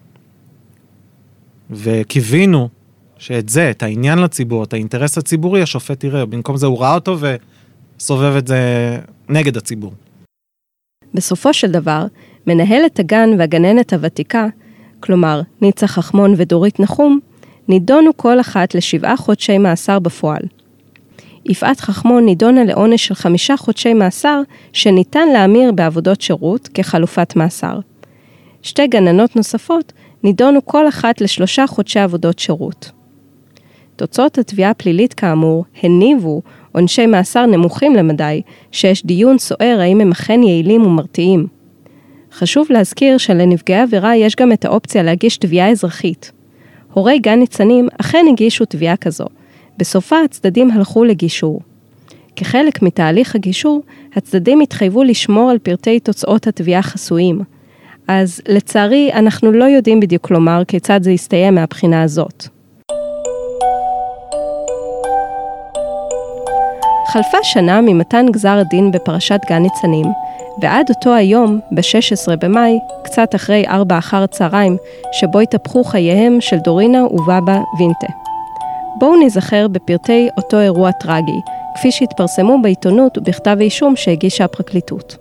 וקיווינו שאת זה, את העניין לציבור, את האינטרס הציבורי, השופט יראה. במקום זה הוא ראה אותו וסובב את זה נגד הציבור. בסופו של דבר, מנהלת הגן והגננת הוותיקה, כלומר ניצה חכמון ודורית נחום, נידונו כל אחת ל7 חודשי מאסר בפועל. יפעת חכמון נידונה לעונש של 5 חודשי מאסר, שניתן להמיר בעבודות שירות כחלופת מאסר. 2 גננות נוספות נידונו כל אחת ל3 חודשי עבודות שירות. תוצאות התביעה הפלילית כאמור הניבו עונשי מאסר נמוכים למדי, שיש דיון סוער האם הם אכן יעילים ומרתיעים. חשוב להזכיר שלנפגעי עבירה יש גם את האופציה להגיש תביעה אזרחית. הורי גן ניצנים אכן הגישו תביעה כזו. בסופה הצדדים הלכו לגישור. כחלק מתהליך הגישור, הצדדים התחייבו לשמור על פרטי תוצאות התביעה חסויים. אז לצערי אנחנו לא יודעים בדיוק לומר כיצד זה יסתיים מהבחינה הזאת. חלפה שנה ממתן גזר הדין בפרשת גן ניצנים, ועד אותו היום, ב-16 במאי, קצת אחרי 4 אחר הצהריים, שבו התהפכו חייהם של דורינה ובאבא וינטה. בואו נזכר בפרטי אותו אירוע טרגי, כפי שהתפרסמו בעיתונות ובכתב האישום שהגישה הפרקליטות.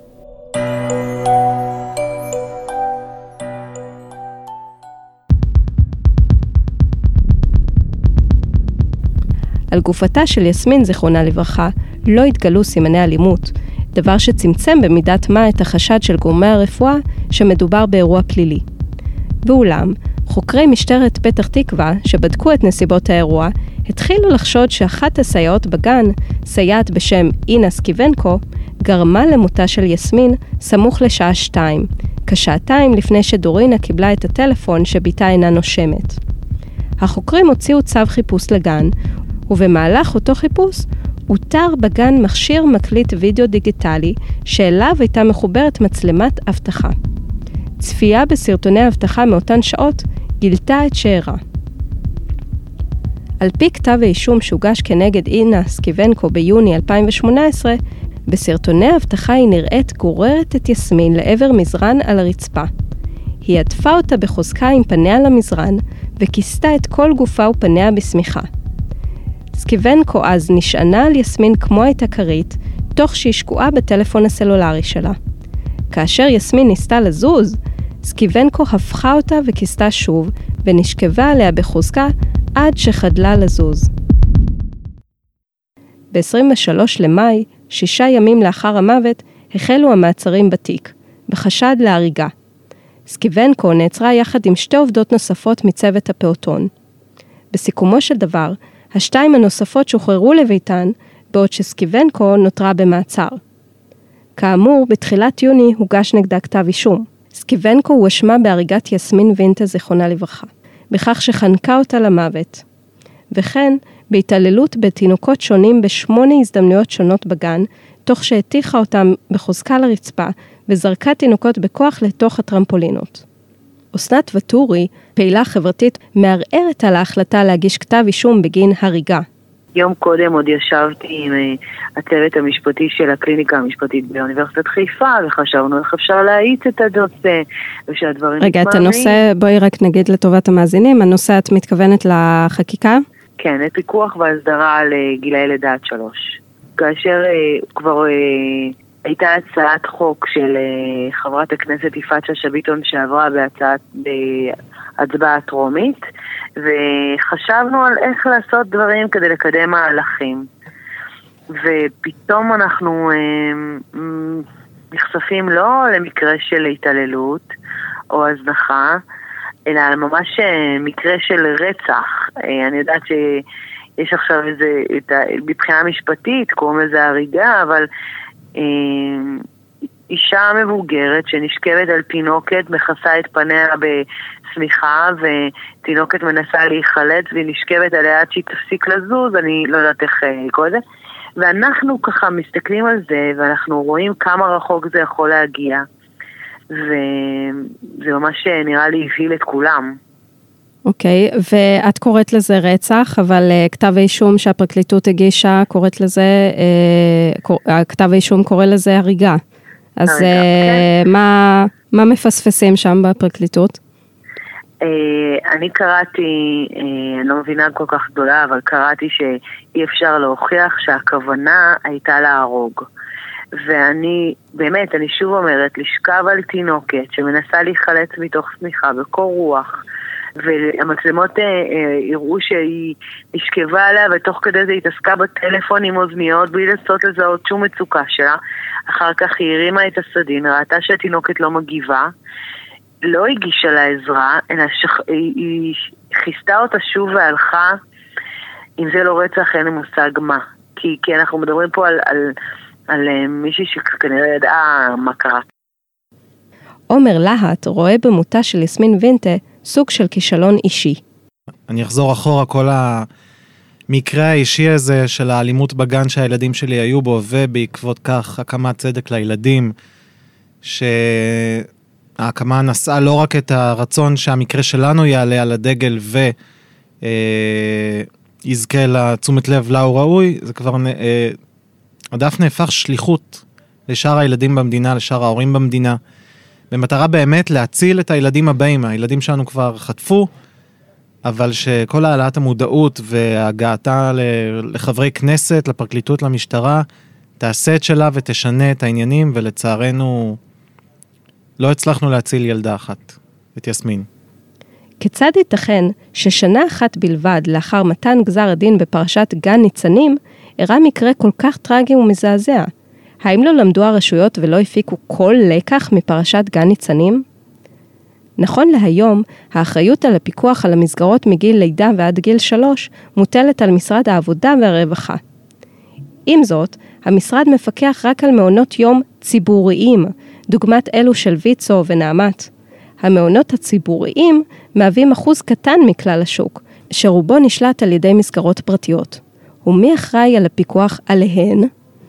על גופתה של יסמין, זיכרונה לברכה, לא התגלו סימני אלימות, דבר שצמצם במידת מה את החשד של גורמי הרפואה שמדובר באירוע פלילי. ואולם, חוקרי משטרת פתח תקווה שבדקו את נסיבות האירוע, התחילו לחשוד שאחת הסייעות בגן, סייעת בשם אינה סקיבנקו, גרמה למותה של יסמין סמוך לשעה 2, כשעתיים לפני שדורינה קיבלה את הטלפון שביתה אינה נושמת. החוקרים הוציאו צו חיפוש לגן, ובמהלך אותו חיפוש, אותר בגן מכשיר מקליט וידאו דיגיטלי, שאליו הייתה מחוברת מצלמת אבטחה. צפייה בסרטוני האבטחה מאותן שעות גילתה את שאירה. על פי כתב האישום שהוגש כנגד אינה סקיבנקו ביוני 2018, בסרטוני האבטחה היא נראית גוררת את יסמין לעבר מזרן על הרצפה. היא עטפה אותה בחוזקה עם פניה למזרן, וכיסתה את כל גופה ופניה בסמיכה. סקיבנקו אז נשענה על יסמין כמו הייתה כרית, תוך שהיא שקועה בטלפון הסלולרי שלה. כאשר יסמין ניסתה לזוז, סקיבנקו הפכה אותה וכיסתה שוב, ונשכבה עליה בחוזקה עד שחדלה לזוז. ב-23 למאי, 6 ימים לאחר המוות, החלו המעצרים בתיק, בחשד להריגה. סקיבנקו נעצרה יחד עם 2 עובדות נוספות מצוות הפעוטון. בסיכומו של דבר, 2 הנוספות שוחררו לביתן, בעוד שסקיבנקו נותרה במעצר. כאמור, בתחילת יוני הוגש נגדה כתב אישום. סקיבנקו הואשמה בהריגת יסמין וינטה, זיכרונה לברכה, בכך שחנקה אותה למוות. וכן, בהתעללות בתינוקות שונים ב8 הזדמנויות שונות בגן, תוך שהטיחה אותם בחוזקה לרצפה, וזרקה תינוקות בכוח לתוך הטרמפולינות. אסנת וטורי, פעילה חברתית, מערערת על ההחלטה להגיש כתב אישום בגין הריגה. יום קודם עוד ישבתי עם הצוות המשפטי של הקליניקה המשפטית באוניברסיטת חיפה, וחשבנו איך אפשר להאיץ את הנושא, ושהדברים... רגע, את הנושא, בואי רק נגיד לטובת המאזינים, הנושא את מתכוונת לחקיקה? כן, לפיקוח והסדרה לגילאי לידה עד 3. כאשר כבר... הייתה הצעת חוק של חברת הכנסת יפעת שאשא ביטון שעברה בהצבעה טרומית, וחשבנו על איך לעשות דברים כדי לקדם מהלכים. ופתאום אנחנו נחשפים לא למקרה של התעללות או הזנחה, אלא ממש מקרה של רצח. אני יודעת שיש עכשיו מבחינה משפטית, קוראים לזה הריגה, אבל... אישה מבוגרת שנשכבת על תינוקת, מכסה את פניה בסמיכה, ותינוקת מנסה להיחלץ והיא נשכבת עליה עד שהיא תפסיק לזוז, אני לא יודעת איך לקרוא את זה. ואנחנו ככה מסתכלים על זה, ואנחנו רואים כמה רחוק זה יכול להגיע, וזה ממש נראה לי הבהיל את כולם. אוקיי, ואת קוראת לזה רצח, אבל כתב האישום שהפרקליטות הגישה קוראת לזה, כתב האישום קורא לזה הריגה. אז מה מפספסים שם בפרקליטות? אני קראתי, אני לא מבינה כל כך גדולה, אבל קראתי שאי אפשר להוכיח שהכוונה הייתה להרוג. ואני, באמת, אני שוב אומרת, לשכב על תינוקת שמנסה להיחלץ מתוך סמיכה בקור רוח, והמצלמות הראו שהיא נשכבה עליה, ותוך כדי זה התעסקה בטלפון עם אוזניות, בלי לנסות לזהות שום מצוקה שלה. אחר כך היא הרימה את הסדין, ראתה שהתינוקת לא מגיבה, לא הגישה לה עזרה, היא חיסתה אותה שוב והלכה. אם זה לא רצח, אין לי מושג מה. כי אנחנו מדברים פה על מישהי שכנראה ידעה מה קרה. עומר להט רואה במותה של יסמין וינטה סוג של כישלון אישי. אני אחזור אחורה, כל המקרה האישי הזה של האלימות בגן שהילדים שלי היו בו, ובעקבות כך הקמת צדק לילדים, שההקמה נשאה לא רק את הרצון שהמקרה שלנו יעלה על הדגל יזכה לתשומת לב לה הוא ראוי, זה כבר, הדף נהפך שליחות לשאר הילדים במדינה, לשאר ההורים במדינה, במטרה באמת להציל את הילדים הבאים, הילדים שלנו כבר חטפו, אבל שכל העלאת המודעות והגעתה לחברי כנסת, לפרקליטות, למשטרה, תעשה את שלה ותשנה את העניינים, ולצערנו לא הצלחנו להציל ילדה אחת, את יסמין. כיצד ייתכן ששנה אחת בלבד לאחר מתן גזר הדין בפרשת גן ניצנים, אירע מקרה כל כך טרגי ומזעזע? האם לא למדו הרשויות ולא הפיקו כל לקח מפרשת גן ניצנים? נכון להיום, האחריות על הפיקוח על המסגרות מגיל לידה ועד גיל 3 מוטלת על משרד העבודה והרווחה. עם זאת, המשרד מפקח רק על מעונות יום ציבוריים, דוגמת אלו של ויצו ונעמת. המעונות הציבוריים מהווים אחוז קטן מכלל השוק, שרובו נשלט על ידי מסגרות פרטיות. ומי אחראי על הפיקוח עליהן?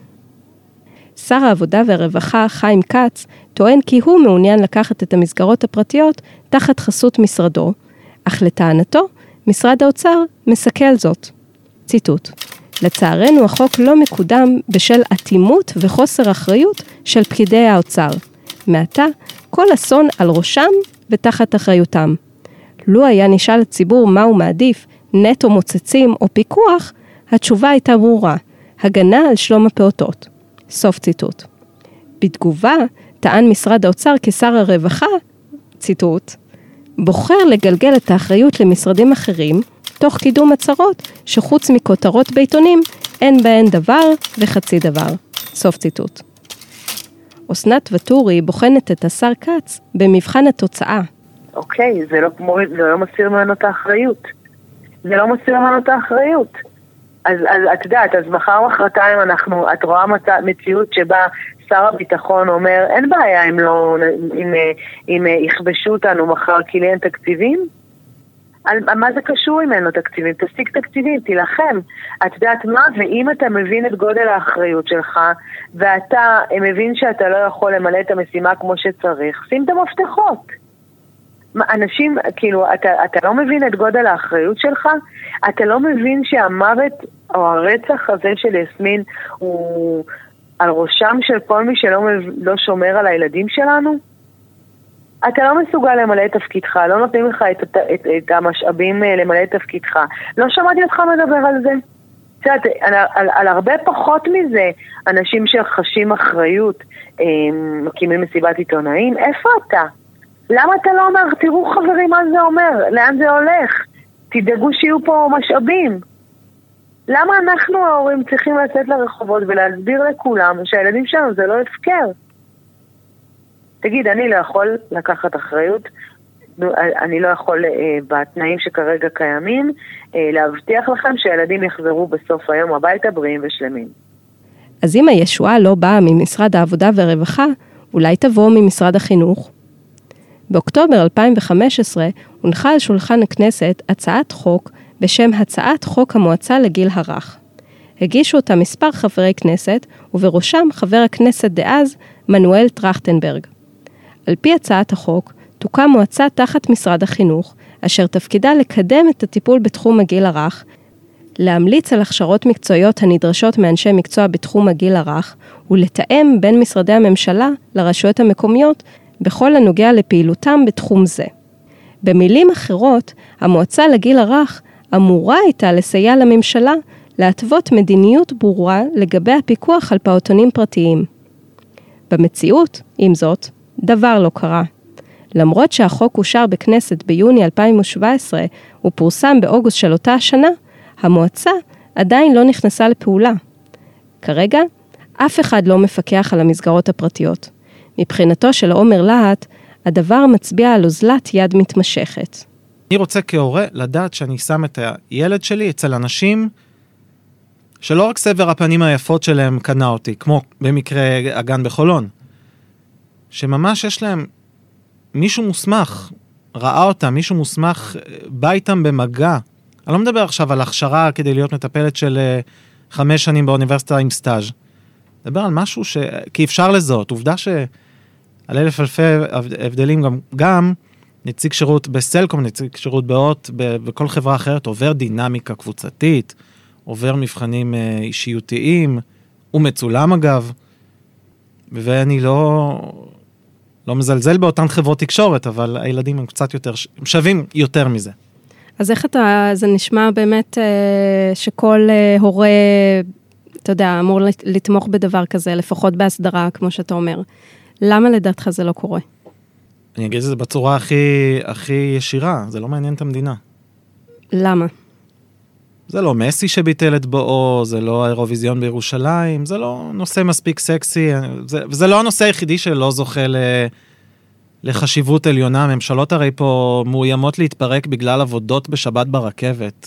שר העבודה והרווחה חיים כץ טוען כי הוא מעוניין לקחת את המסגרות הפרטיות תחת חסות משרדו, אך לטענתו, משרד האוצר מסכל זאת. ציטוט: לצערנו החוק לא מקודם בשל אטימות וחוסר אחריות של פקידי האוצר. מעתה, כל אסון על ראשם ותחת אחריותם. לו היה נשאל הציבור מה הוא מעדיף, נטו מוצצים או פיקוח, התשובה הייתה ברורה, הגנה על שלום הפעוטות. סוף ציטוט. בתגובה, טען משרד האוצר כשר הרווחה, ציטוט, בוחר לגלגל את האחריות למשרדים אחרים, תוך קידום הצהרות שחוץ מכותרות בעיתונים, אין בהן דבר וחצי דבר. סוף ציטוט. אסנת וטורי בוחנת את השר כץ במבחן התוצאה. אוקיי, זה לא מסיר ממנו את האחריות. זה לא מסיר ממנו את האחריות. אז את יודעת, אז מחרתיים את רואה מציאות שבה שר הביטחון אומר, אין בעיה אם יכבשו אותנו מחר כי לי אין תקציבים? מה זה קשור אם אין לו תקציבים? תשיג תקציבים, תילחם. את יודעת מה? ואם אתה מבין את גודל האחריות שלך, ואתה מבין שאתה לא יכול למלא את המשימה כמו שצריך, שים את המפתחות. אנשים, כאילו, אתה לא מבין את גודל האחריות שלך? אתה לא מבין שהמוות או הרצח הזה של יסמין הוא על ראשם של כל מי שלא שומר על הילדים שלנו? אתה לא מסוגל למלא את תפקידך, לא נותנים לך את המשאבים למלא את תפקידך. לא שמעתי אותך מדבר על זה. על הרבה פחות מזה, אנשים שחשים אחריות, מקימים מסיבת עיתונאים, איפה אתה? למה אתה לא אומר, תראו חברים מה זה אומר, לאן זה הולך? תדאגו שיהיו פה משאבים. למה אנחנו ההורים צריכים לצאת לרחובות ולהסביר לכולם שהילדים שלנו זה לא הפקר? תגיד, אני לא יכול לקחת אחריות, אני לא יכול בתנאים שכרגע קיימים, להבטיח לכם שהילדים יחזרו בסוף היום הביתה בריאים ושלמים. אז אם הישועה לא באה ממשרד העבודה והרווחה, אולי תבוא ממשרד החינוך? באוקטובר 2015 הונחה על שולחן הכנסת הצעת חוק בשם הצעת חוק המועצה לגיל הרך. הגישו אותה מספר חברי כנסת, ובראשם חבר הכנסת דאז מנואל טרכטנברג. על פי הצעת החוק, תוקם מועצה תחת משרד החינוך, אשר תפקידה לקדם את הטיפול בתחום הגיל הרך, להמליץ על הכשרות מקצועיות הנדרשות מאנשי מקצוע בתחום הגיל הרך, ולתאם בין משרדי הממשלה לרשויות המקומיות, בכל הנוגע לפעילותם בתחום זה. במילים אחרות, המועצה לגיל הרך אמורה הייתה לסייע לממשלה להתוות מדיניות ברורה לגבי הפיקוח על פעוטונים פרטיים. במציאות, עם זאת, דבר לא קרה. למרות שהחוק אושר בכנסת ביוני 2017 ופורסם באוגוסט של אותה השנה, המועצה עדיין לא נכנסה לפעולה. כרגע, אף אחד לא מפקח על המסגרות הפרטיות. מבחינתו של עומר להט, הדבר מצביע על אוזלת יד מתמשכת. אני רוצה כהורה לדעת שאני שם את הילד שלי אצל אנשים שלא רק סבר הפנים היפות שלהם קנה אותי, כמו במקרה הגן בחולון, שממש יש להם מישהו מוסמך, ראה אותם, מישהו מוסמך, בא איתם במגע. אני לא מדבר עכשיו על הכשרה כדי להיות מטפלת של 5 שנים באוניברסיטה עם סטאז'. מדבר על משהו כי אפשר לזאת. עובדה שעל 1,000 אלפי הבדלים גם נציג שירות בסלקום, נציג שירות באות, בכל חברה אחרת, עובר דינמיקה קבוצתית, עובר מבחנים אישיותיים, הוא מצולם אגב, ואני לא מזלזל באותן חברות תקשורת, אבל הילדים הם קצת יותר, הם שווים יותר מזה. אז איך זה נשמע באמת שכל הורה, אתה יודע, אמור לתמוך בדבר כזה, לפחות בהסדרה, כמו שאתה אומר. למה לדעתך זה לא קורה? אני אגיד את זה בצורה הכי ישירה, זה לא מעניין את המדינה. למה? זה לא מסי שביטל את בואו, זה לא האירוויזיון בירושלים, זה לא נושא מספיק סקסי, וזה לא הנושא היחידי שלא זוכה לחשיבות עליונה. הממשלות הרי פה מאוימות להתפרק בגלל עבודות בשבת ברכבת,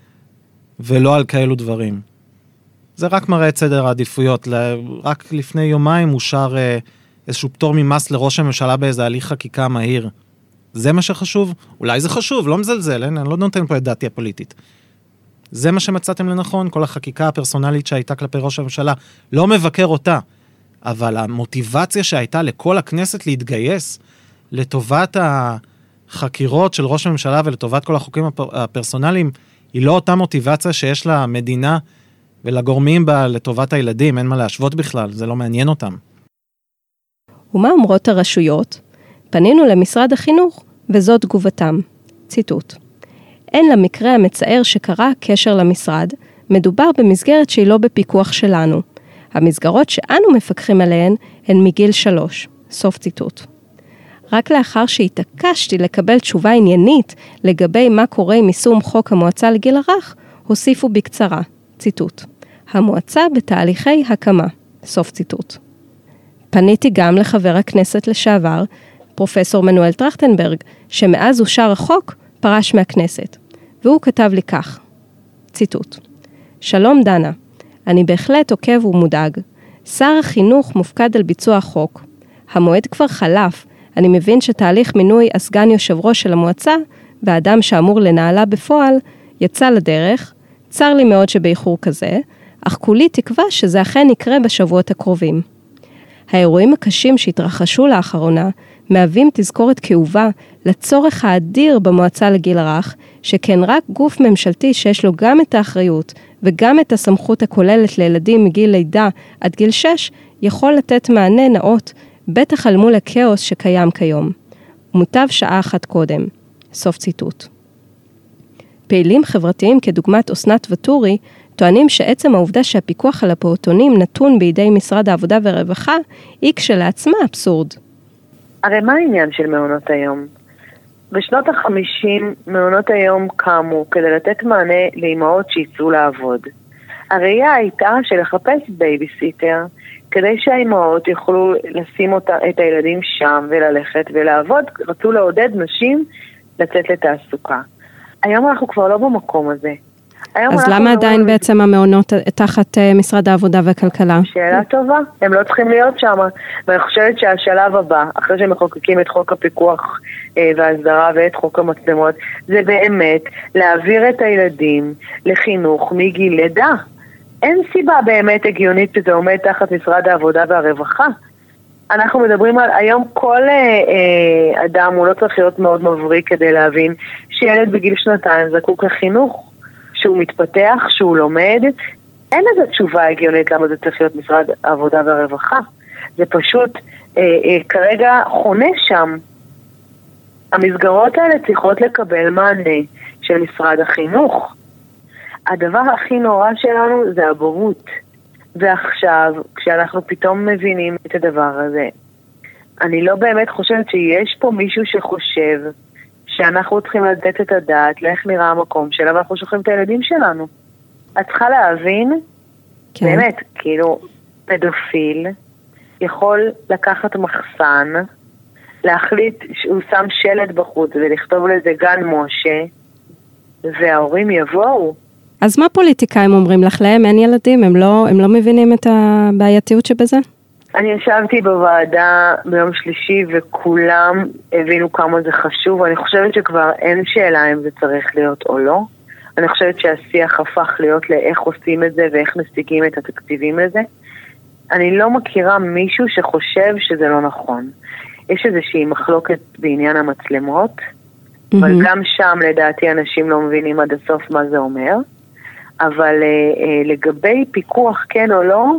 ולא על כאלו דברים. זה רק מראה את סדר העדיפויות. רק לפני יומיים אושר איזשהו פטור ממס לראש הממשלה באיזה הליך חקיקה מהיר. זה מה שחשוב? אולי זה חשוב, לא מזלזל, אני לא נותן פה את דעתי הפוליטית. זה מה שמצאתם לנכון, כל החקיקה הפרסונלית שהייתה כלפי ראש הממשלה, לא מבקר אותה, אבל המוטיבציה שהייתה לכל הכנסת להתגייס לטובת החקירות של ראש הממשלה ולטובת כל החוקים הפרסונליים, היא לא אותה מוטיבציה שיש למדינה ולגורמים בה לטובת הילדים, אין מה להשוות בכלל, זה לא מעניין אותם. ומה אומרות הרשויות? פנינו למשרד החינוך וזאת תגובתם. ציטוט. אין למקרה המצער שקרה קשר למשרד, מדובר במסגרת שהיא לא בפיקוח שלנו. המסגרות שאנו מפקחים עליהן הן מגיל 3. סוף ציטוט. רק לאחר שהתעקשתי לקבל תשובה עניינית לגבי מה קורה עם יישום חוק המועצה לגיל הרך, הוסיפו בקצרה. ציטוט. המועצה בתהליכי הקמה. סוף ציטוט. פניתי גם לחבר הכנסת לשעבר, פרופסור מנואל טרכטנברג, שמאז אושר החוק פרש מהכנסת. והוא כתב לי כך, ציטוט, שלום דנה, אני בהחלט עוקב ומודאג. שר החינוך מופקד על ביצוע החוק. המועד כבר חלף, אני מבין שתהליך מינוי הסגן יושב ראש של המועצה, והאדם שאמור לנהלה בפועל, יצא לדרך, צר לי מאוד שבאיחור כזה, אך כולי תקווה שזה אכן יקרה בשבועות הקרובים. האירועים הקשים שהתרחשו לאחרונה, מהווים תזכורת כאובה לצורך האדיר במועצה לגיל הרך, שכן רק גוף ממשלתי שיש לו גם את האחריות וגם את הסמכות הכוללת לילדים מגיל לידה עד גיל 6, יכול לתת מענה נאות, בטח על מול הכאוס שקיים כיום. מוטב שעה אחת קודם. סוף ציטוט. פעילים חברתיים כדוגמת אסנת וטורי, טוענים שעצם העובדה שהפיקוח על הפעוטונים נתון בידי משרד העבודה והרווחה, היא כשלעצמה אבסורד. הרי מה העניין של מעונות היום? בשנות ה-50 מעונות היום קמו כדי לתת מענה לאימהות שיצאו לעבוד. הראייה הייתה שלחפש בייביסיטר, כדי שהאימהות יוכלו לשים את הילדים שם וללכת ולעבוד, רצו לעודד נשים לצאת לתעסוקה. היום אנחנו כבר לא במקום הזה. אז למה עדיין בעצם המעונות תחת משרד העבודה והכלכלה? שאלה טובה, הם לא צריכים להיות שם. ואני חושבת שהשלב הבא, אחרי שמחוקקים את חוק הפיקוח וההסדרה ואת חוק המצלמות, זה באמת להעביר את הילדים לחינוך מגיל לידה. אין סיבה באמת הגיונית שזה עומד תחת משרד העבודה והרווחה. אנחנו מדברים על היום כל אדם, הוא לא צריך להיות מאוד מבריק כדי להבין שילד בגיל 2 זקוק לחינוך. שהוא מתפתח, שהוא לומד, אין לזה תשובה הגיונית למה זה צריך להיות משרד העבודה והרווחה. זה פשוט כרגע חונה שם. המסגרות האלה צריכות לקבל מענה של משרד החינוך. הדבר הכי נורא שלנו זה הבורות. ועכשיו, כשאנחנו פתאום מבינים את הדבר הזה, אני לא באמת חושבת שיש פה מישהו שחושב שאנחנו צריכים לתת את הדעת לאיך נראה המקום שלה, ואנחנו שוכרים את הילדים שלנו. את צריכה להבין, כן. באמת, כאילו, פדופיל יכול לקחת מחסן, להחליט שהוא שם שלט בחוץ ולכתוב לזה גן משה, וההורים יבואו. אז מה פוליטיקאים אומרים לך? להם אין ילדים? הם לא מבינים את הבעייתיות שבזה? אני ישבתי בוועדה ביום שלישי וכולם הבינו כמה זה חשוב. אני חושבת שכבר אין שאלה אם זה צריך להיות או לא. אני חושבת שהשיח הפך להיות לאיך עושים את זה ואיך משיגים את התקציבים לזה. אני לא מכירה מישהו שחושב שזה לא נכון. יש איזושהי מחלוקת בעניין המצלמות, אבל גם שם לדעתי אנשים לא מבינים עד הסוף מה זה אומר. אבל לגבי פיקוח כן או לא,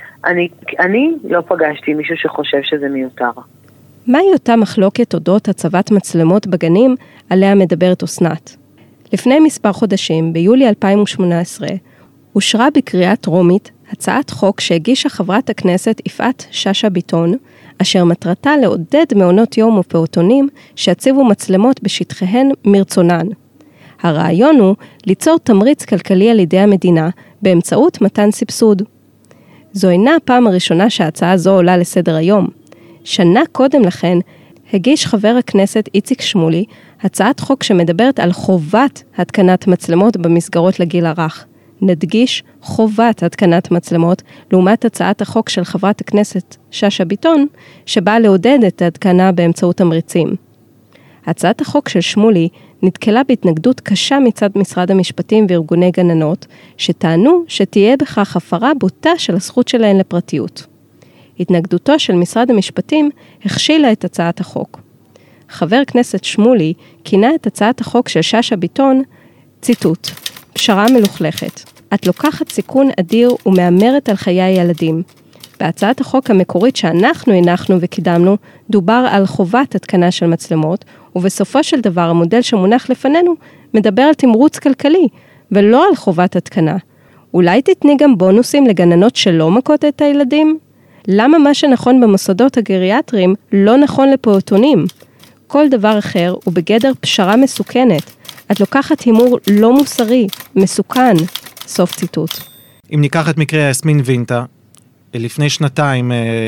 אני לא פגשתי מישהו שחושב שזה מיותר. מהי אותה מחלוקת אודות הצבת מצלמות בגנים עליה מדברת אסנת? לפני מספר חודשים, ביולי 2018, אושרה בקריאה טרומית הצעת חוק שהגישה חברת הכנסת יפעת שאשא ביטון, אשר מטרתה לעודד מעונות יום ופעוטונים שיציבו מצלמות בשטחיהן מרצונן. הרעיון הוא ליצור תמריץ כלכלי על ידי המדינה באמצעות מתן סבסוד. זו אינה הפעם הראשונה שההצעה זו עולה לסדר היום. שנה קודם לכן הגיש חבר הכנסת איציק שמולי הצעת חוק שמדברת על חובת התקנת מצלמות במסגרות לגיל הרך. נדגיש חובת התקנת מצלמות לעומת הצעת החוק של חברת הכנסת שאשא ביטון שבאה לעודד את ההתקנה באמצעות תמריצים. הצעת החוק של שמולי נתקלה בהתנגדות קשה מצד משרד המשפטים וארגוני גננות, שטענו שתהיה בכך הפרה בוטה של הזכות שלהן לפרטיות. התנגדותו של משרד המשפטים הכשילה את הצעת החוק. חבר כנסת שמולי כינה את הצעת החוק של שאשא ביטון, ציטוט, פשרה מלוכלכת. את לוקחת סיכון אדיר ומאמרת על חיי הילדים. בהצעת החוק המקורית שאנחנו הנחנו וקידמנו, דובר על חובת התקנה של מצלמות, ובסופו של דבר המודל שמונח לפנינו מדבר על תמרוץ כלכלי, ולא על חובת התקנה. אולי תתני גם בונוסים לגננות שלא מכות את הילדים? למה מה שנכון במוסדות הגריאטריים לא נכון לפעוטונים? כל דבר אחר הוא בגדר פשרה מסוכנת. את לוקחת הימור לא מוסרי, מסוכן. סוף ציטוט. אם ניקח את מקרה יסמין וינטה, לפני שנתיים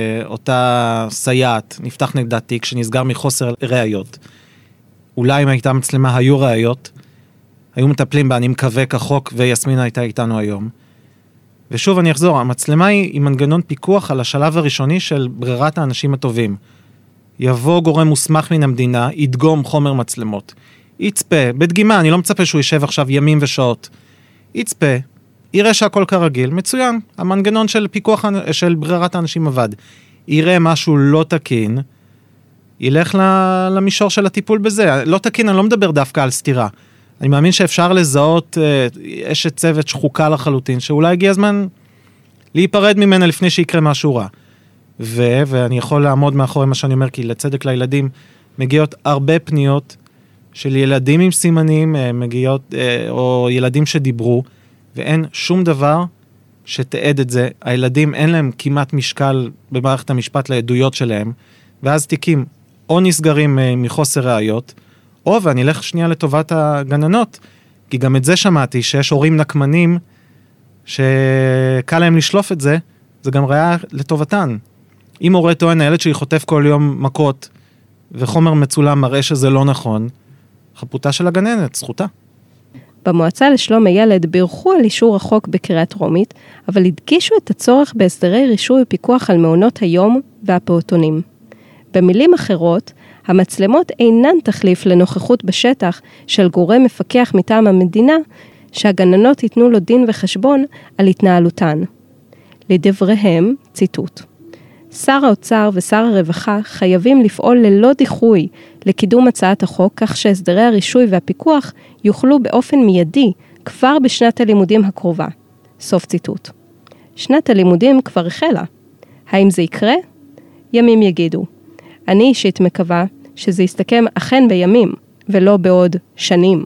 אותה סייעת נפתח נגדה תיק שנסגר מחוסר ראיות. אולי אם הייתה מצלמה היו ראיות, היו מטפלים בה, אני מקווה כחוק, ויסמין הייתה איתנו היום. ושוב אני אחזור, המצלמה היא מנגנון פיקוח על השלב הראשוני של ברירת האנשים הטובים. יבוא גורם מוסמך מן המדינה, ידגום חומר מצלמות. יצפה, בדגימה, אני לא מצפה שהוא יישב עכשיו ימים ושעות. יצפה, יראה שהכל כרגיל, מצוין. המנגנון של פיקוח של ברירת האנשים עבד. יראה משהו לא תקין, ילך למישור של הטיפול בזה. לא תקין, אני לא מדבר דווקא על סתירה. אני מאמין שאפשר לזהות אשת צוות שחוקה לחלוטין, שאולי הגיע הזמן להיפרד ממנה לפני שיקרה משהו רע. ואני יכול לעמוד מאחורי מה שאני אומר, כי לצדק לילדים מגיעות הרבה פניות של ילדים עם סימנים, מגיעות, או ילדים שדיברו, ואין שום דבר שתעד את זה. הילדים אין להם כמעט משקל במערכת המשפט לעדויות שלהם, ואז תיקים או נסגרים מחוסר ראיות, או, ואני אלך שנייה לטובת הגננות, כי גם את זה שמעתי, שיש הורים נקמנים, שקל להם לשלוף את זה, זה גם ראיה לטובתן. אם הורה טוען, הילד שלי חוטף כל יום מכות, וחומר מצולם מראה שזה לא נכון, חפותה של הגננת, זכותה. במועצה לשלום הילד בירכו על אישור החוק בקריאה טרומית, אבל הדגישו את הצורך בהסדרי רישוי ופיקוח על מעונות היום והפעוטונים. במילים אחרות, המצלמות אינן תחליף לנוכחות בשטח של גורם מפקח מטעם המדינה, שהגננות ייתנו לו דין וחשבון על התנהלותן. לדבריהם, ציטוט, שר האוצר ושר הרווחה חייבים לפעול ללא דיחוי לקידום הצעת החוק, כך שהסדרי הרישוי והפיקוח יוכלו באופן מיידי כבר בשנת הלימודים הקרובה. סוף ציטוט. שנת הלימודים כבר החלה. האם זה יקרה? ימים יגידו. אני אישית מקווה שזה יסתכם אכן בימים, ולא בעוד שנים.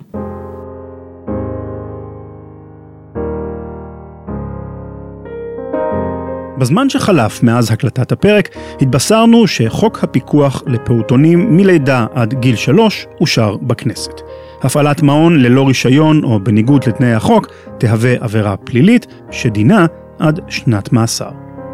בזמן שחלף מאז הקלטת הפרק, התבשרנו שחוק הפיקוח לפעוטונים מלידה עד גיל 3 אושר בכנסת. הפעלת מעון ללא רישיון או בניגוד לתנאי החוק תהווה עבירה פלילית שדינה עד שנת מאסר.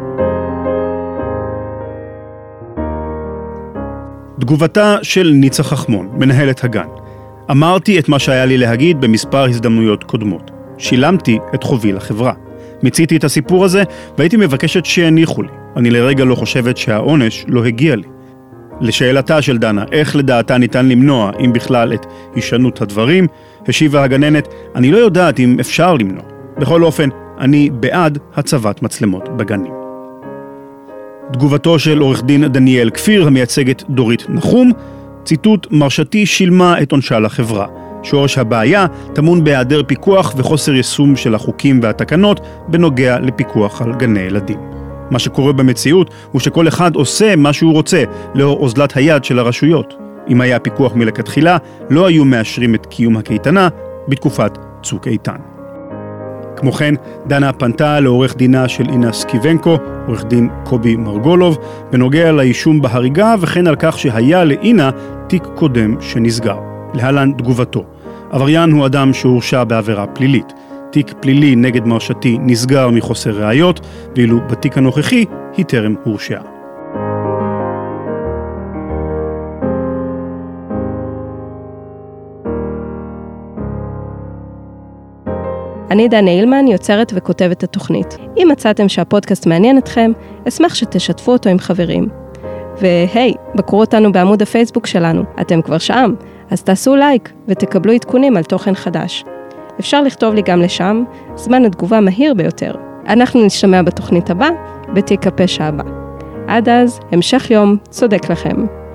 תגובתה של ניצה חכמון, מנהלת הגן. אמרתי את מה שהיה לי להגיד במספר הזדמנויות קודמות. שילמתי את חובי לחברה. מיציתי את הסיפור הזה והייתי מבקשת שיניחו לי. אני לרגע לא חושבת שהעונש לא הגיע לי. לשאלתה של דנה, איך לדעתה ניתן למנוע, אם בכלל, את הישנות הדברים, השיבה הגננת, אני לא יודעת אם אפשר למנוע. בכל אופן, אני בעד הצבת מצלמות בגנים. תגובתו של עורך דין דניאל כפיר, המייצגת דורית נחום, ציטוט, מרשתי שילמה את עונשה לחברה. שורש הבעיה טמון בהיעדר פיקוח וחוסר יישום של החוקים והתקנות בנוגע לפיקוח על גני ילדים. מה שקורה במציאות הוא שכל אחד עושה מה שהוא רוצה לאור אוזלת היד של הרשויות. אם היה פיקוח מלכתחילה, לא היו מאשרים את קיום הקייטנה בתקופת צוק איתן. כמו כן, דנה פנתה לעורך דינה של אינה סקיבנקו, עורך דין קובי מרגולוב, בנוגע לאישום בהריגה וכן על כך שהיה לאינה תיק קודם שנסגר. להלן תגובתו. עבריין הוא אדם שהורשע בעבירה פלילית. תיק פלילי נגד מרשתי נסגר מחוסר ראיות, ואילו בתיק הנוכחי היא טרם הורשעה. אני דנה אילמן, יוצרת וכותבת התוכנית. אם מצאתם שהפודקאסט מעניין אתכם, אשמח שתשתפו אותו עם חברים. והי, בקרו אותנו בעמוד הפייסבוק שלנו, אתם כבר שם, אז תעשו לייק ותקבלו עדכונים על תוכן חדש. אפשר לכתוב לי גם לשם, זמן התגובה מהיר ביותר. אנחנו נשתמע בתוכנית הבאה, בתיק הפשע הבא. עד אז, המשך יום צודק לכם.